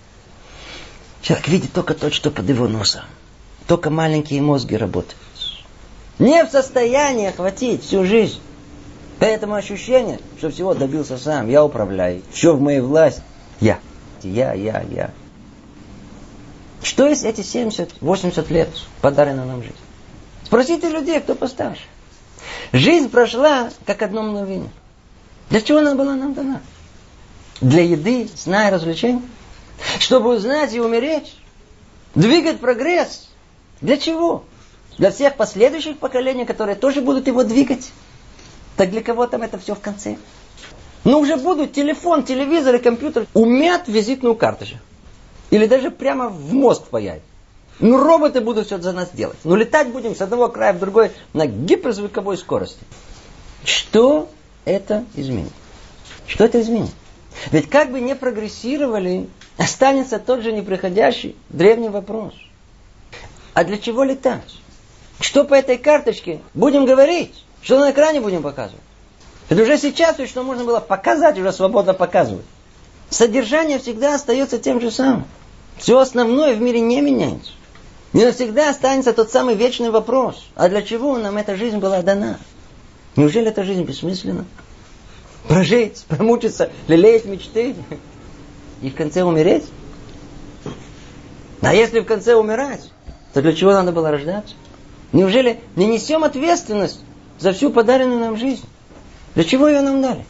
S1: Человек видит только то, что под его носом. Только маленькие мозги работают. Не в состоянии охватить всю жизнь. Поэтому ощущение, что всего добился сам, я управляю, все в моей власти. Я. Что есть эти 70-80 лет, подаренные нам жизнь? Спросите людей, кто постарше. Жизнь прошла, как одно мгновение. Для чего она была нам дана? Для еды, сна и развлечений? Чтобы узнать и умереть? Двигать прогресс? Для чего? Для всех последующих поколений, которые тоже будут его двигать? Так для кого там это все в конце? Ну уже будут телефон, телевизор и компьютер умят визитную карточку. Или даже прямо в мозг впаять. Ну роботы будут все за нас делать. Ну летать будем с одного края в другой на гиперзвуковой скорости. Что это изменит? Что это изменит? Ведь как бы ни прогрессировали, останется тот же неприходящий древний вопрос. А для чего летать? Что по этой карточке будем говорить? Что на экране будем показывать? Это уже сейчас, что можно было показать, уже свободно показывать. Содержание всегда остается тем же самым. Все основное в мире не меняется. И навсегда останется тот самый вечный вопрос. А для чего нам эта жизнь была дана? Неужели эта жизнь бессмысленна? Прожить, промучиться, лелеять мечты и в конце умереть? А если в конце умирать, то для чего надо было рождаться? Неужели не несем ответственность за всю подаренную нам жизнь? Для чего ее нам дали?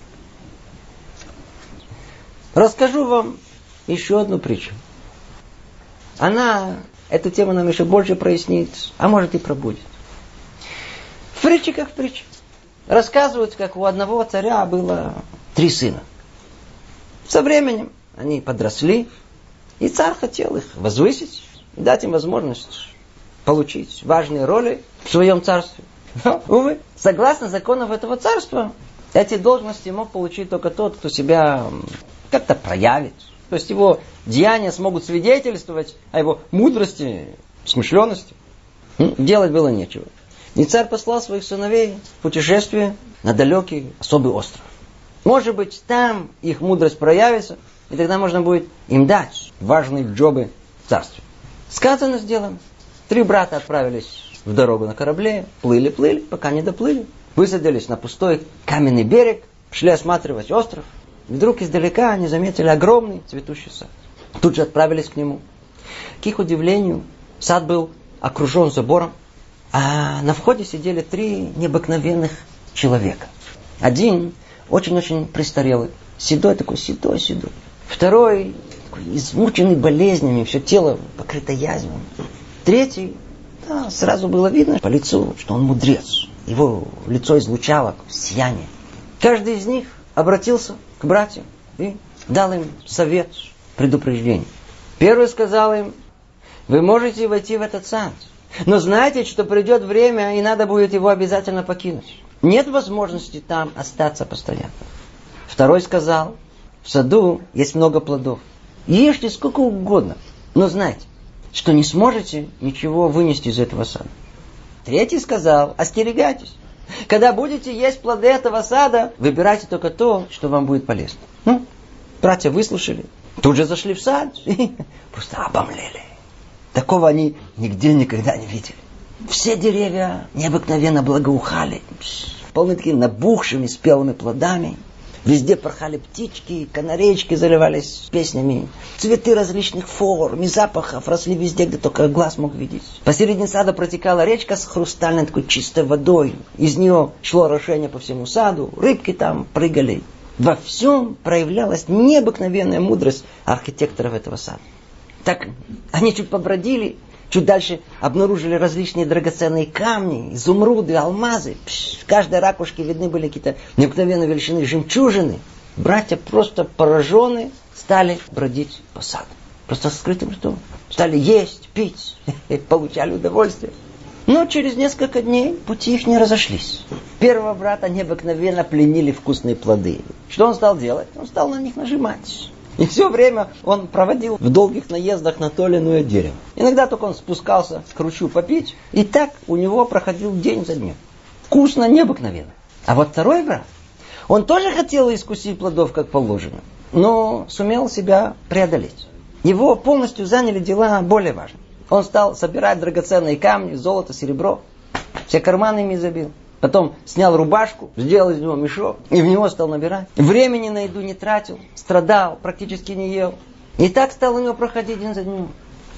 S1: Расскажу вам еще одну притчу. Она эту тему нам еще больше прояснит, а может и пробудет. В притче как в притче. Рассказывают, как у одного царя было 3 сына. Со временем они подросли, и царь хотел их возвысить и дать им возможность получить важные роли в своем царстве. Но, увы, согласно законам этого царства, эти должности мог получить только тот, кто себя как-то проявит. То есть его деяния смогут свидетельствовать о его мудрости, смышленности. Делать было нечего. И царь послал своих сыновей в путешествие на далекий особый остров. Может быть, там их мудрость проявится, и тогда можно будет им дать важные джобы в царстве. Сказано, сделано. 3 брата отправились в дорогу на корабле, плыли, пока не доплыли. Высадились на пустой каменный берег, шли осматривать остров. И вдруг издалека они заметили огромный цветущий сад. Тут же отправились к нему. К их удивлению, сад был окружен забором, а на входе сидели 3 необыкновенных человека. Один очень-очень престарелый, седой. Второй такой измученный болезнями, все тело покрыто язвами. Третий, сразу было видно по лицу, что он мудрец. Его лицо излучало сияние. Каждый из них обратился к братьям и дал им совет, предупреждение. Первый сказал им: вы можете войти в этот сад, но знайте, что придет время, и надо будет его обязательно покинуть. Нет возможности там остаться постоянно. Второй сказал: в саду есть много плодов. Ешьте сколько угодно, но знайте, что не сможете ничего вынести из этого сада. Третий сказал: остерегайтесь. Когда будете есть плоды этого сада, выбирайте только то, что вам будет полезно. Братья выслушали, тут же зашли в сад и просто обомлели. Такого они нигде никогда не видели. Все деревья необыкновенно благоухали, полны набухшими спелыми плодами. Везде порхали птички, канареечки заливались песнями. Цветы различных форм и запахов росли везде, где только глаз мог видеть. Посередине сада протекала речка с хрустальной такой чистой водой. Из нее шло орошение по всему саду. Рыбки там прыгали. Во всем проявлялась необыкновенная мудрость архитекторов этого сада. Так они чуть побродили, чуть дальше обнаружили различные драгоценные камни, изумруды, алмазы. В каждой ракушке видны были какие-то необыкновенной величины жемчужины. Братья просто пораженные стали бродить по саду. Просто с открытым ртом. Стали есть, пить, получали удовольствие. Но через несколько дней пути их не разошлись. Первого брата необыкновенно пленили вкусные плоды. Что он стал делать? Он стал на них нажимать. И все время он проводил в долгих наездах на то или иное дерево. Иногда только он спускался к ручью попить, и так у него проходил день за днем. Вкусно, необыкновенно. А вот второй брат, он тоже хотел искусить плодов, как положено, но сумел себя преодолеть. Его полностью заняли дела более важные. Он стал собирать драгоценные камни, золото, серебро, все карманы ими забил. Потом снял рубашку, сделал из него мешок и в него стал набирать. Времени на еду не тратил, страдал, практически не ел. И так стал у него проходить день за днем.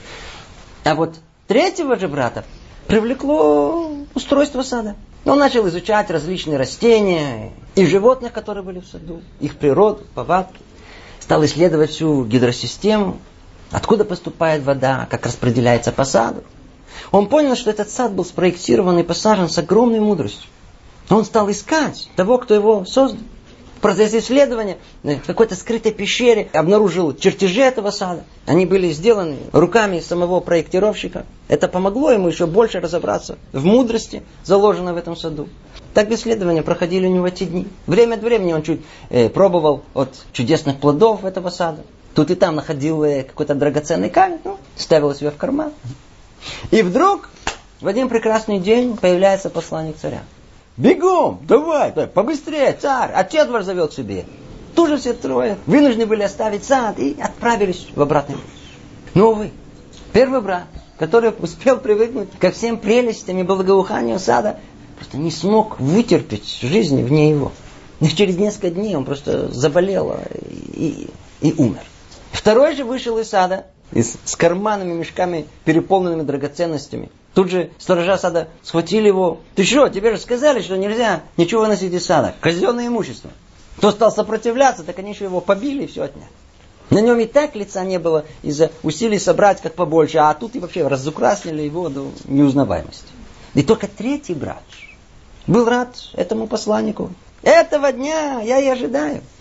S1: А вот третьего же брата привлекло устройство сада. Он начал изучать различные растения и животных, которые были в саду, их природу, повадки. Стал исследовать всю гидросистему, откуда поступает вода, как распределяется по саду. Он понял, что этот сад был спроектирован и посажен с огромной мудростью. Он стал искать того, кто его создал. В процессе исследования в какой-то скрытой пещере обнаружил чертежи этого сада. Они были сделаны руками самого проектировщика. Это помогло ему еще больше разобраться в мудрости, заложенной в этом саду. Так исследования проходили у него эти дни. Время от времени он чуть пробовал от чудесных плодов этого сада. Тут и там находил какой-то драгоценный камень, ставил себе в карман. И вдруг в один прекрасный день появляется посланник царя. Бегом, давай, побыстрее, царь, отец ваш зовет себе. Тут же все трое вынуждены были оставить сад и отправились в обратный путь. Но, увы, первый брат, который успел привыкнуть ко всем прелестям и благоуханию сада, просто не смог вытерпеть жизни вне его. И через несколько дней он просто заболел и умер. Второй же вышел из сада с карманами, мешками, переполненными драгоценностями. Тут же сторожа сада схватили его. Ты что, тебе же сказали, что нельзя ничего выносить из сада. Казенное имущество. Кто стал сопротивляться, так они еще его побили и все отняли. На нем и так лица не было из-за усилий собрать как побольше, а тут и вообще разукрасили его до неузнаваемости. И только третий брат был рад этому посланнику. Этого дня я и ожидаю.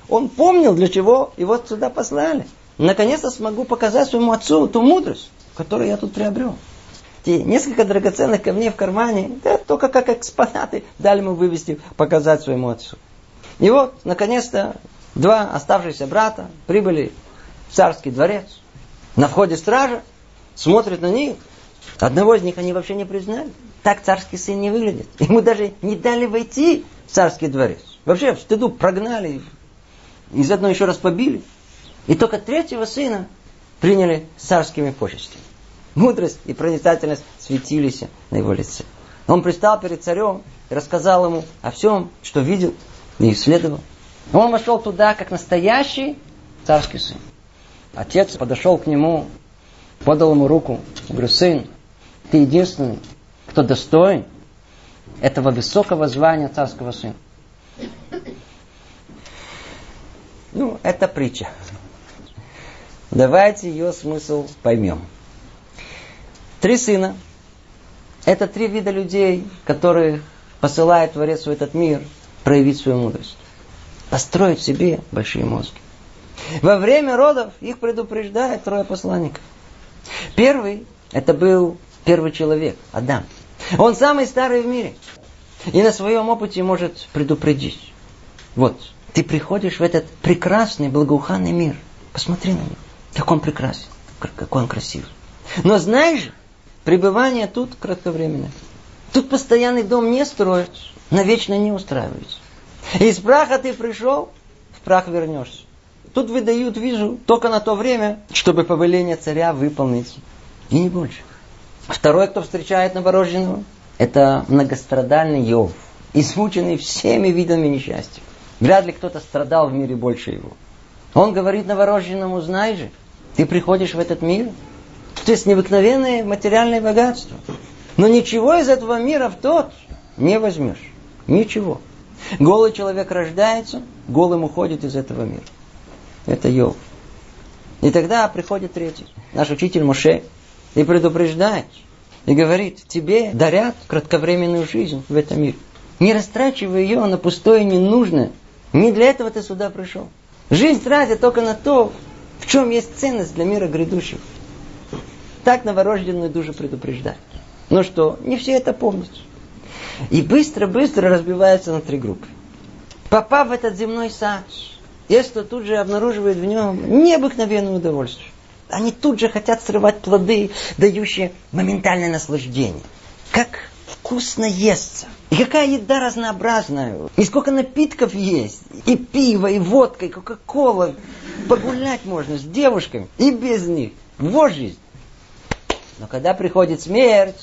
S1: он помнил, для чего его сюда послали. Наконец-то смогу показать своему отцу ту мудрость, которую я тут приобрел. Те несколько драгоценных камней в кармане, да, только как экспонаты дали ему вывести, показать своему отцу. И вот, наконец-то, два оставшихся брата прибыли в царский дворец. На входе стража смотрят на них. Одного из них они вообще не признали. Так царский сын не выглядит. Ему даже не дали войти в царский дворец. Вообще в стыду прогнали. И заодно еще раз побили. И только третьего сына приняли с царскими почестями. Мудрость и проницательность светились на его лице. Он пристал перед царем и рассказал ему о всем, что видел и исследовал. Он вошел туда, как настоящий царский сын. Отец подошел к нему, подал ему руку. Говорю: сын, ты единственный, кто достоин этого высокого звания царского сына. Это притча. Давайте ее смысл поймем. 3 сына – это 3 вида людей, которых посылает Творец в этот мир проявить свою мудрость. Построить себе большие мозги. Во время родов их предупреждает 3 посланников. Первый – это был первый человек, Адам. Он самый старый в мире. И на своем опыте может предупредить. Вот, ты приходишь в этот прекрасный, благоуханный мир. Посмотри на него. Как он прекрасен, какой он красивый. Но знаешь, пребывание тут кратковременное. Тут постоянный дом не строят, навечно не устраиваются. Из праха ты пришел, в прах вернешься. Тут выдают визу только на то время, чтобы повеление царя выполнить. И не больше. Второй, кто встречает новорожденного, это многострадальный Йов, измученный всеми видами несчастья. Вряд ли кто-то страдал в мире больше его. Он говорит новорожденному: знай же, ты приходишь в этот мир, то есть необыкновенное материальное богатство. Но ничего из этого мира в тот не возьмешь. Ничего. Голый человек рождается, голым уходит из этого мира. Это Йов. И тогда приходит третий, наш учитель Моше, и предупреждает, и говорит: тебе дарят кратковременную жизнь в этом мире. Не растрачивай ее на пустое и ненужное. Не для этого ты сюда пришел. Жизнь тратит только на то, в чем есть ценность для мира грядущего. Так новорожденную душу предупреждает. Но что, не все это помнят. И быстро-быстро разбиваются на 3 группы. Попав в этот земной сад, есть кто тут же обнаруживает в нем необыкновенное удовольствие. Они тут же хотят срывать плоды, дающие моментальное наслаждение. Как вкусно естся. И какая еда разнообразная. И сколько напитков есть. И пиво, и водка, и кока-кола. Погулять можно с девушками и без них. Вот жизнь. Но когда приходит смерть,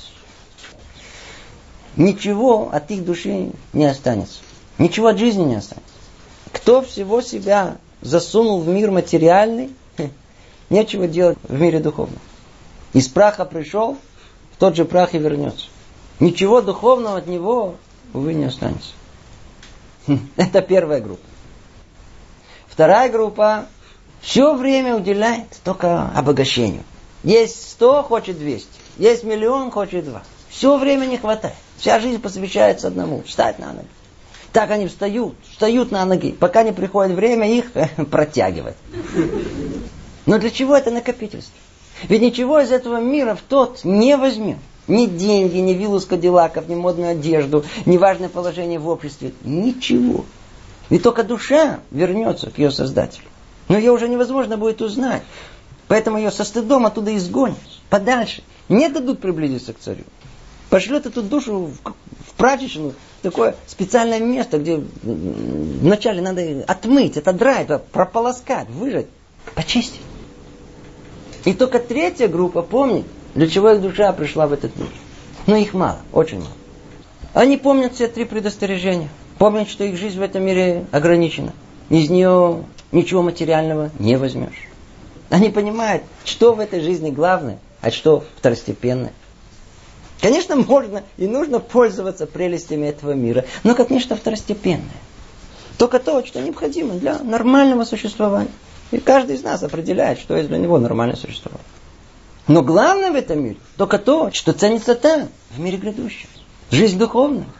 S1: ничего от их души не останется. Ничего от жизни не останется. Кто всего себя засунул в мир материальный, нечего делать в мире духовном. Из праха пришел, в тот же прах и вернется. Ничего духовного от него, увы, не останется. Это первая группа. Вторая группа все время уделяет только обогащению. Есть 100, хочет 200. Есть 1 000 000, хочет 2. Все время не хватает. Вся жизнь посвящается одному. Встать на ноги. Так они встают на ноги, пока не приходит время их протягивать. Но для чего это накопительство? Ведь ничего из этого мира в тот не возьмем. Ни деньги, ни виллу с кадиллаков, ни модную одежду, ни важное положение в обществе. Ничего. Ведь только душа вернется к ее Создателю. Но ее уже невозможно будет узнать. Поэтому ее со стыдом оттуда изгонят. Подальше. Не дадут приблизиться к царю. Пошлет эту душу в прачечную, такое специальное место, где вначале надо отмыть, отодрать, прополоскать, выжать, почистить. И только 3-я группа помнит, для чего их душа пришла в этот мир. Но их мало, очень мало. Они помнят все 3 предостережения. Помнят, что их жизнь в этом мире ограничена. Из нее ничего материального не возьмешь. Они понимают, что в этой жизни главное, а что второстепенное. Конечно, можно и нужно пользоваться прелестями этого мира, но как нечто второстепенное. Только то, что необходимо для нормального существования. И каждый из нас определяет, что есть для него нормальное существование. Но главное в этом мире только то, что ценится там, в мире грядущем. Жизнь духовная.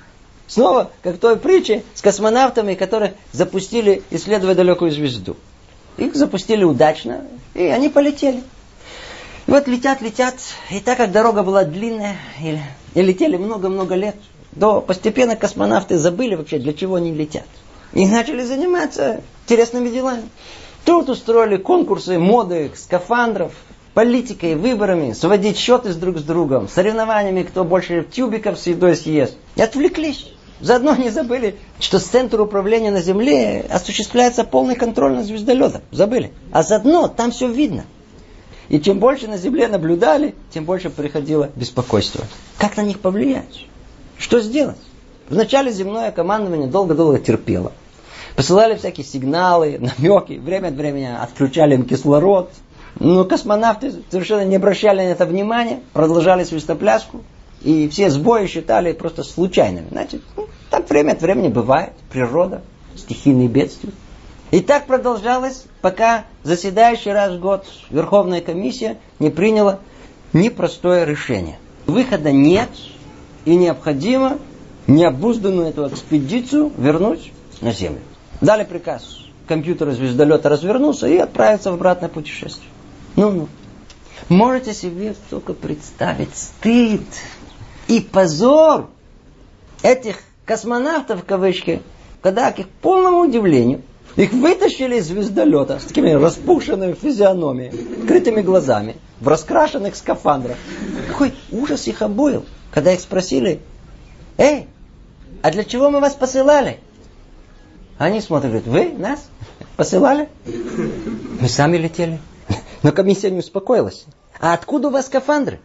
S1: Снова, как в той притче, с космонавтами, которые запустили исследовать далекую звезду. Их запустили удачно, и они полетели. И вот летят, и так как дорога была длинная, и летели много-много лет, то постепенно космонавты забыли вообще, для чего они летят. И начали заниматься интересными делами. Тут устроили конкурсы моды, скафандров, политикой, выборами, сводить счеты друг с другом, соревнованиями, кто больше тюбиков с едой съест. И отвлеклись. Заодно они забыли, что с центра управления на Земле осуществляется полный контроль над звездолетом. Забыли. А заодно там все видно. И чем больше на Земле наблюдали, тем больше приходило беспокойство. Как на них повлиять? Что сделать? Вначале земное командование долго-долго терпело. Посылали всякие сигналы, намеки, время от времени отключали им кислород. Но космонавты совершенно не обращали на это внимания, продолжали свистопляску. И все сбои считали просто случайными. Значит, так время от времени бывает. Природа, стихийные бедствия. И так продолжалось, пока заседающий раз в год Верховная комиссия не приняла непростое решение. Выхода нет, и необходимо необузданную эту экспедицию вернуть на Землю. Дали приказ. Компьютер звездолета развернулся и отправился в обратное путешествие. Ну. Можете себе только представить стыд и позор этих космонавтов, в кавычки, когда, к их полному удивлению, их вытащили из звездолета с такими распушенными физиономиями, открытыми глазами, в раскрашенных скафандрах. Какой ужас их обоил, когда их спросили: «Эй, а для чего мы вас посылали?» Они смотрят, говорят: «Вы нас посылали?» «Мы сами летели». Но комиссия не успокоилась. «А откуда у вас скафандры?»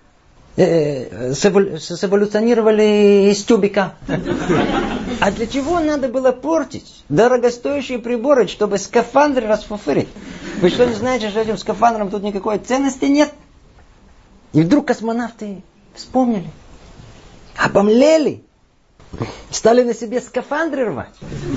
S1: «Сэволюционировали из тюбика». «А для чего надо было портить дорогостоящие приборы, чтобы скафандры расфуфырить? Вы что, не знаете, что этим скафандрам тут никакой ценности нет?» И вдруг космонавты вспомнили. Обомлели. Стали на себе скафандры рвать.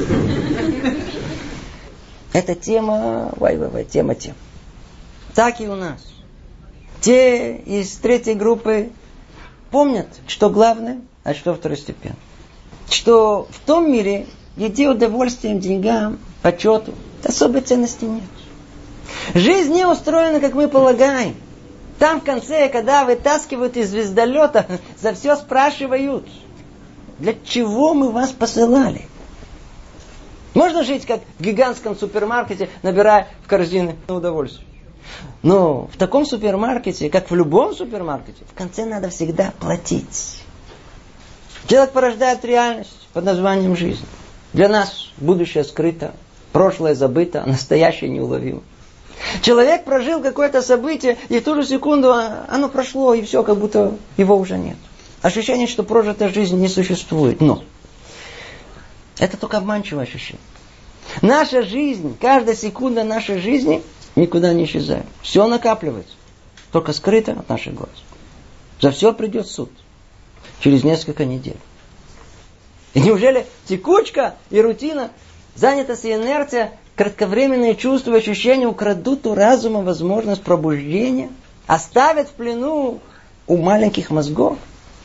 S1: Эта тема, тема. Так и у нас. Те из третьей группы помнят, что главное, а что второстепенно. Что в том мире, где удовольствием, деньгам, почету, особой ценности нет. Жизнь не устроена, как мы полагаем. Там в конце, когда вытаскивают из звездолета, за все спрашивают: «Для чего мы вас посылали?» Можно жить, как в гигантском супермаркете, набирая в корзины на удовольствие. Но в таком супермаркете, как в любом супермаркете, в конце надо всегда платить. Человек порождает реальность под названием жизнь. Для нас будущее скрыто, прошлое забыто, а настоящее неуловимо. Человек прожил какое-то событие, и в ту же секунду оно прошло, и все, как будто его уже нет. Ощущение, что прожитая жизнь не существует. Но это только обманчивое ощущение. Наша жизнь, каждая секунда нашей жизни никуда не исчезает. Все накапливается, только скрыто от наших глаз. За все придет суд. Через несколько недель. И неужели текучка и рутина, занятость и инерция, кратковременные чувства и ощущения украдут у разума возможность пробуждения, оставят в плену у маленьких мозгов?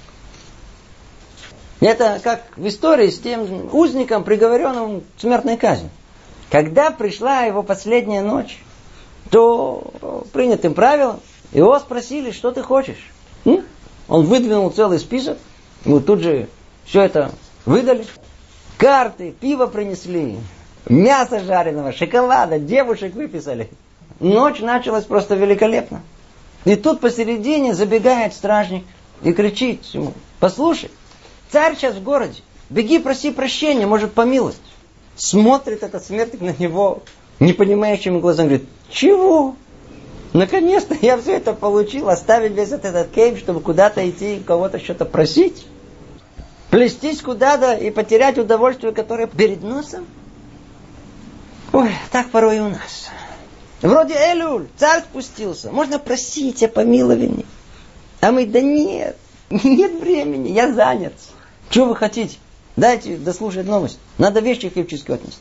S1: Это как в истории с тем узником, приговоренным к смертной казни. Когда пришла его последняя ночь, то принятым правилом его спросили: «Что ты хочешь?» Он выдвинул целый список, ему тут же все это выдали. Карты, пиво принесли, мясо жареного, шоколада, девушек выписали. Ночь началась просто великолепно. И тут посередине забегает стражник и кричит ему: «Послушай, царь сейчас в городе, беги, проси прощения, может помиловать». Смотрит этот смертник на него непонимающими глазами, говорит: «Чего? Наконец-то я все это получил, оставить весь этот кейп, чтобы куда-то идти, кого-то что-то просить? Плестись куда-то и потерять удовольствие, которое перед носом?» Ой, так порой и у нас. Вроде Элюль, царь спустился, можно просить о помиловании. А мы: «Да нет времени, я занят». Что вы хотите? Дайте дослушать новость. Надо вещи критически отнести.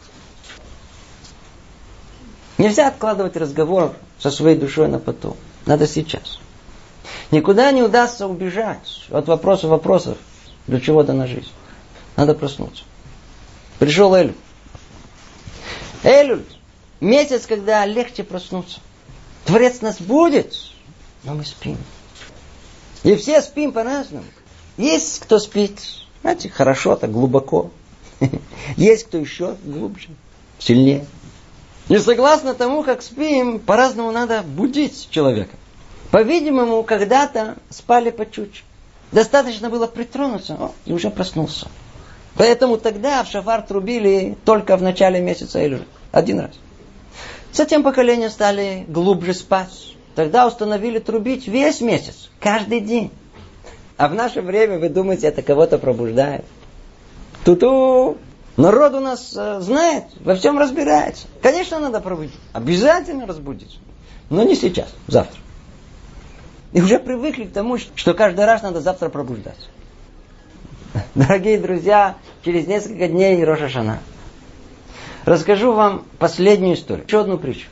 S1: Нельзя откладывать разговор со своей душой на потом. Надо сейчас. Никуда не удастся убежать от вопросов для чего дана жизнь. Надо проснуться. Пришел Элюль. Элюль. Месяц, когда легче проснуться. Творец нас будет, но мы спим. И все спим по-разному. Есть кто спит, знаете, хорошо, так глубоко. Есть кто еще глубже, сильнее. И согласно тому, как спим, по-разному надо будить человека. По-видимому, когда-то спали почуть. Достаточно было притронуться, и уже проснулся. Поэтому тогда в шафар трубили только в начале месяца Элюля. Один раз. Затем поколения стали глубже спать. Тогда установили трубить весь месяц, каждый день. А в наше время, вы думаете, это кого-то пробуждает? Ту-ту! Народ у нас знает, во всем разбирается. Конечно, надо пробудить. Обязательно разбудить. Но не сейчас, завтра. И уже привыкли к тому, что каждый раз надо завтра пробуждаться. Дорогие друзья, через несколько дней Рош ха-Шана. Расскажу вам последнюю историю. Еще одну притчу.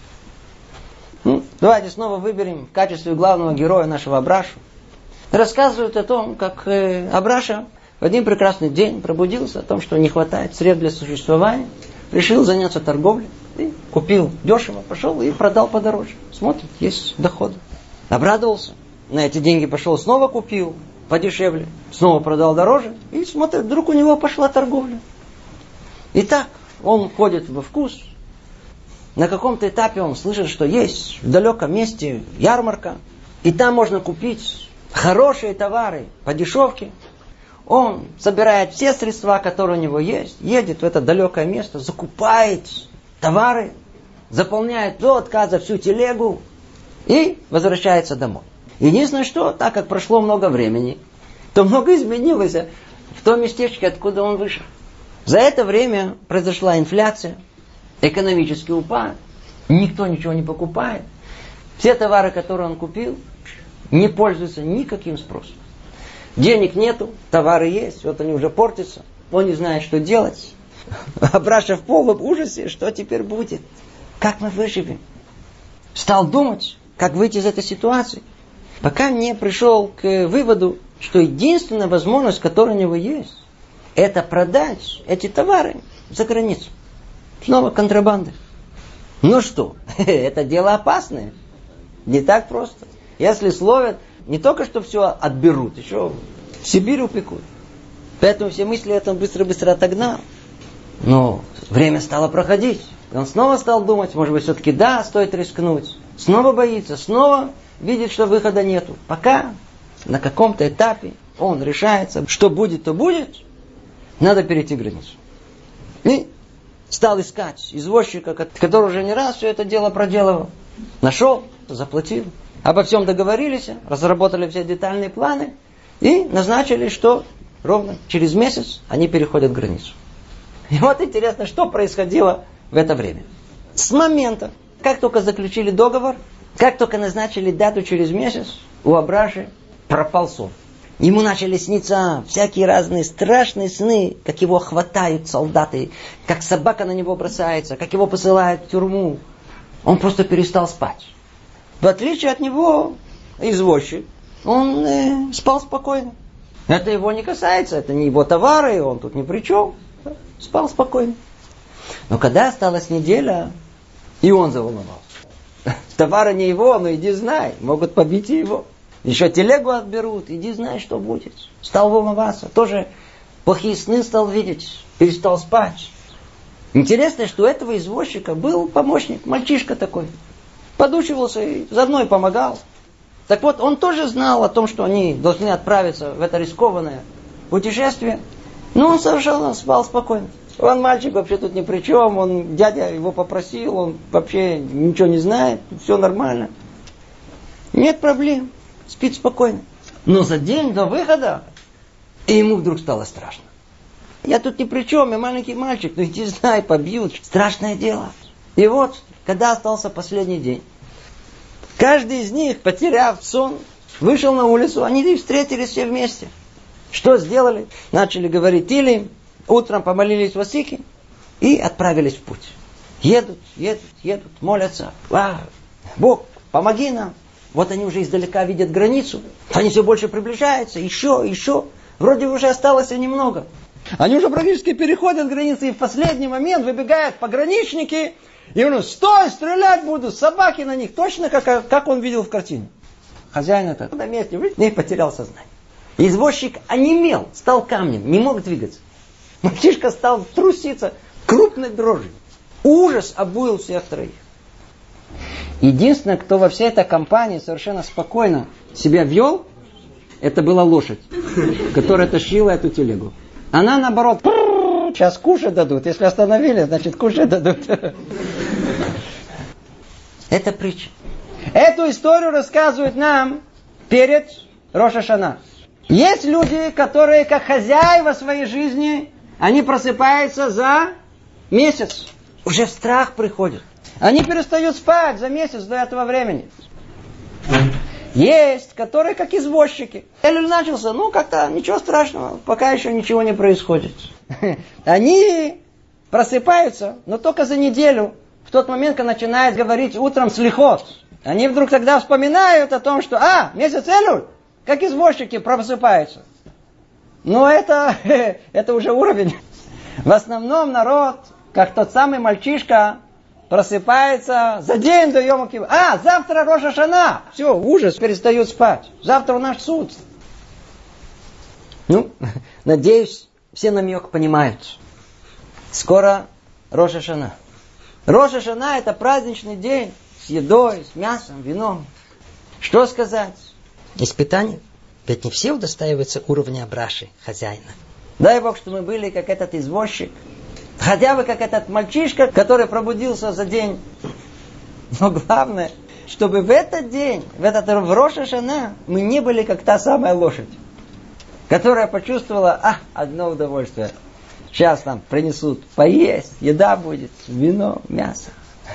S1: Давайте снова выберем в качестве главного героя нашего Абрашу. Рассказывают о том, как Абраша в один прекрасный день пробудился, о том, что не хватает средств для существования. Решил заняться торговлей. И купил дешево, пошел и продал подороже. Смотрит, есть доходы. Обрадовался. На эти деньги пошел, снова купил подешевле. Снова продал дороже. И смотрит, вдруг у него пошла торговля. И так он входит во вкус. На каком-то этапе он слышит, что есть в далеком месте ярмарка. И там можно купить хорошие товары по дешевке. Он собирает все средства, которые у него есть. Едет в это далекое место, закупает товары. Заполняет до отказа всю телегу. И возвращается домой. Единственное, что, так как прошло много времени, то много изменилось в том местечке, откуда он вышел. За это время произошла инфляция, экономический упад, никто ничего не покупает. Все товары, которые он купил, не пользуются никаким спросом. Денег нету, товары есть, вот они уже портятся, он не знает, что делать. Абраша в полном ужасе, что теперь будет, как мы выживем. Стал думать, как выйти из этой ситуации. Пока не пришел к выводу, что единственная возможность, которая у него есть, это продать эти товары за границу. Снова контрабанда. Ну что, это дело опасное. Не так просто. Если словят, не только что все отберут, еще в Сибирь упекут. Поэтому все мысли это он быстро-быстро отогнал. Но время стало проходить. И он снова стал думать, может быть, все-таки да, стоит рискнуть. Снова боится, снова видит, что выхода нету. Пока на каком-то этапе он решается, что будет, то будет, надо перейти границу. И стал искать извозчика, который уже не раз все это дело проделывал. Нашел, заплатил. Обо всем договорились, разработали все детальные планы и назначили, что ровно через месяц они переходят границу. И вот интересно, что происходило в это время. С момента, как только заключили договор, как только назначили дату через месяц, у Абраши пропал сон. Ему начали сниться всякие разные страшные сны, как его хватают солдаты, как собака на него бросается, как его посылают в тюрьму. Он просто перестал спать. В отличие от него, извозчик, он спал спокойно. Это его не касается, это не его товары, он тут ни при чем. Спал спокойно. Но когда осталась неделя, и он заволновался. Товары не его, но иди знай, могут побить и его. Еще телегу отберут, иди знай, что будет. Стал волноваться, тоже плохие сны стал видеть, перестал спать. Интересно, что у этого извозчика был помощник, мальчишка такой. Подучивался и заодно и помогал. Так вот, он тоже знал о том, что они должны отправиться в это рискованное путешествие. Но он совершенно спал спокойно. Он мальчик вообще тут ни при чем, дядя его попросил, он вообще ничего не знает, все нормально. Нет проблем, спит спокойно. Но за день до выхода и ему вдруг стало страшно. Я тут ни при чем, я маленький мальчик, ну иди знай, побьют, страшное дело. И вот, когда остался последний день, каждый из них, потеряв сон, вышел на улицу, они встретились все вместе. Что сделали? Начали говорить Тилим, утром помолились васики и отправились в путь. Едут, молятся. Бог, помоги нам. Вот они уже издалека видят границу. Они все больше приближаются. Еще. Вроде уже осталось немного. Они уже практически переходят границы, и в последний момент выбегают пограничники, и он: стой, стрелять буду, собаки на них, точно как он видел в картине. Хозяин этот на месте и потерял сознание. Извозчик онемел, стал камнем, не мог двигаться. Мальчишка стал труситься крупной дрожью. Ужас обуял всех троих. Единственное, кто во всей этой компании совершенно спокойно себя вел, это была лошадь, которая тащила эту телегу. Она, наоборот, сейчас кушать дадут. Если остановили, значит кушать дадут. Это притча. Эту историю рассказывают нам перед Рош ха-Шана. Есть люди, которые, как хозяева своей жизни, они просыпаются за месяц. Уже страх приходит. Они перестают спать за месяц до этого времени. Есть, которые как извозчики. Элюль начался, как-то ничего страшного, пока еще ничего не происходит. Они просыпаются, но только за неделю, в тот момент, когда начинают говорить утром слихот. Они вдруг тогда вспоминают о том, что, месяц Элюль, как извозчики просыпаются. Но это уже уровень. В основном народ, как тот самый мальчишка, просыпается за день до Йома Кипур. Завтра Рош ха-Шана. Все, ужас, перестают спать. Завтра у нас суд. Надеюсь, все намек понимают. Скоро Рош ха-Шана. Рош ха-Шана — это праздничный день с едой, с мясом, вином. Что сказать? Испытание. Ведь не все удостаиваются уровня браши хозяина. Дай Бог, что мы были как этот извозчик. Хотя бы как этот мальчишка, который пробудился за день. Но главное, чтобы в этот день, в Рош ха-Шана, мы не были как та самая лошадь, которая почувствовала, одно удовольствие. Сейчас нам принесут поесть, еда будет, вино, мясо.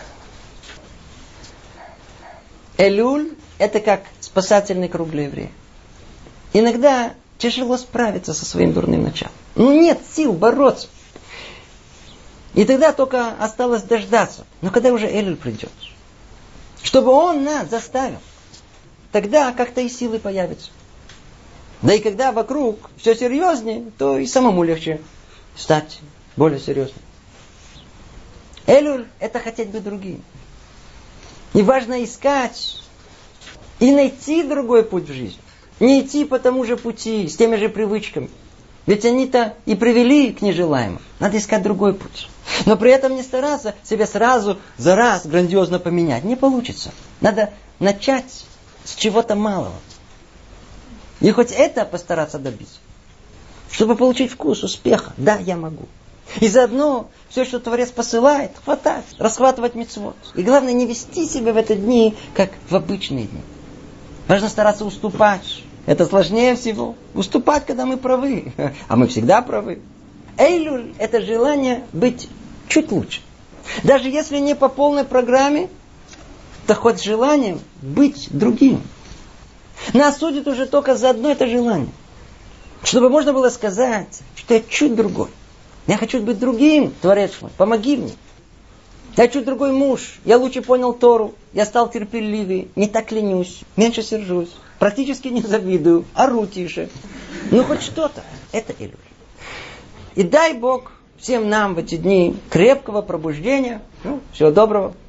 S1: Элюль — это как спасательный круг для еврея. Иногда тяжело справиться со своим дурным началом. Нет сил бороться. И тогда только осталось дождаться. Но когда уже Элюль придет, чтобы он нас заставил, тогда как-то и силы появятся. Да и когда вокруг все серьезнее, то и самому легче стать более серьезным. Элюль — это хотеть быть другим. И важно искать и найти другой путь в жизни. Не идти по тому же пути, с теми же привычками. Ведь они-то и привели к нежелаемому. Надо искать другой путь. Но при этом не стараться себя сразу за раз грандиозно поменять. Не получится. Надо начать с чего-то малого. И хоть это постараться добиться. Чтобы получить вкус успеха. Да, я могу. И заодно все, что Творец посылает, хватать, расхватывать мицвот. И главное, не вести себя в эти дни, как в обычные дни. Важно стараться уступать. Это сложнее всего. Уступать, когда мы правы. А мы всегда правы. Эйлюль — это желание быть чуть лучше. Даже если не по полной программе, то хоть с желанием быть другим. Нас судят уже только за одно это желание. Чтобы можно было сказать, что я чуть другой. Я хочу быть другим, Творец мой, помоги мне. Я чуть другой муж, я лучше понял Тору, я стал терпеливее, не так ленюсь, меньше сержусь, практически не завидую, ору тише. Хоть что-то. Это Элюль. И дай Бог всем нам в эти дни крепкого пробуждения. Всего доброго.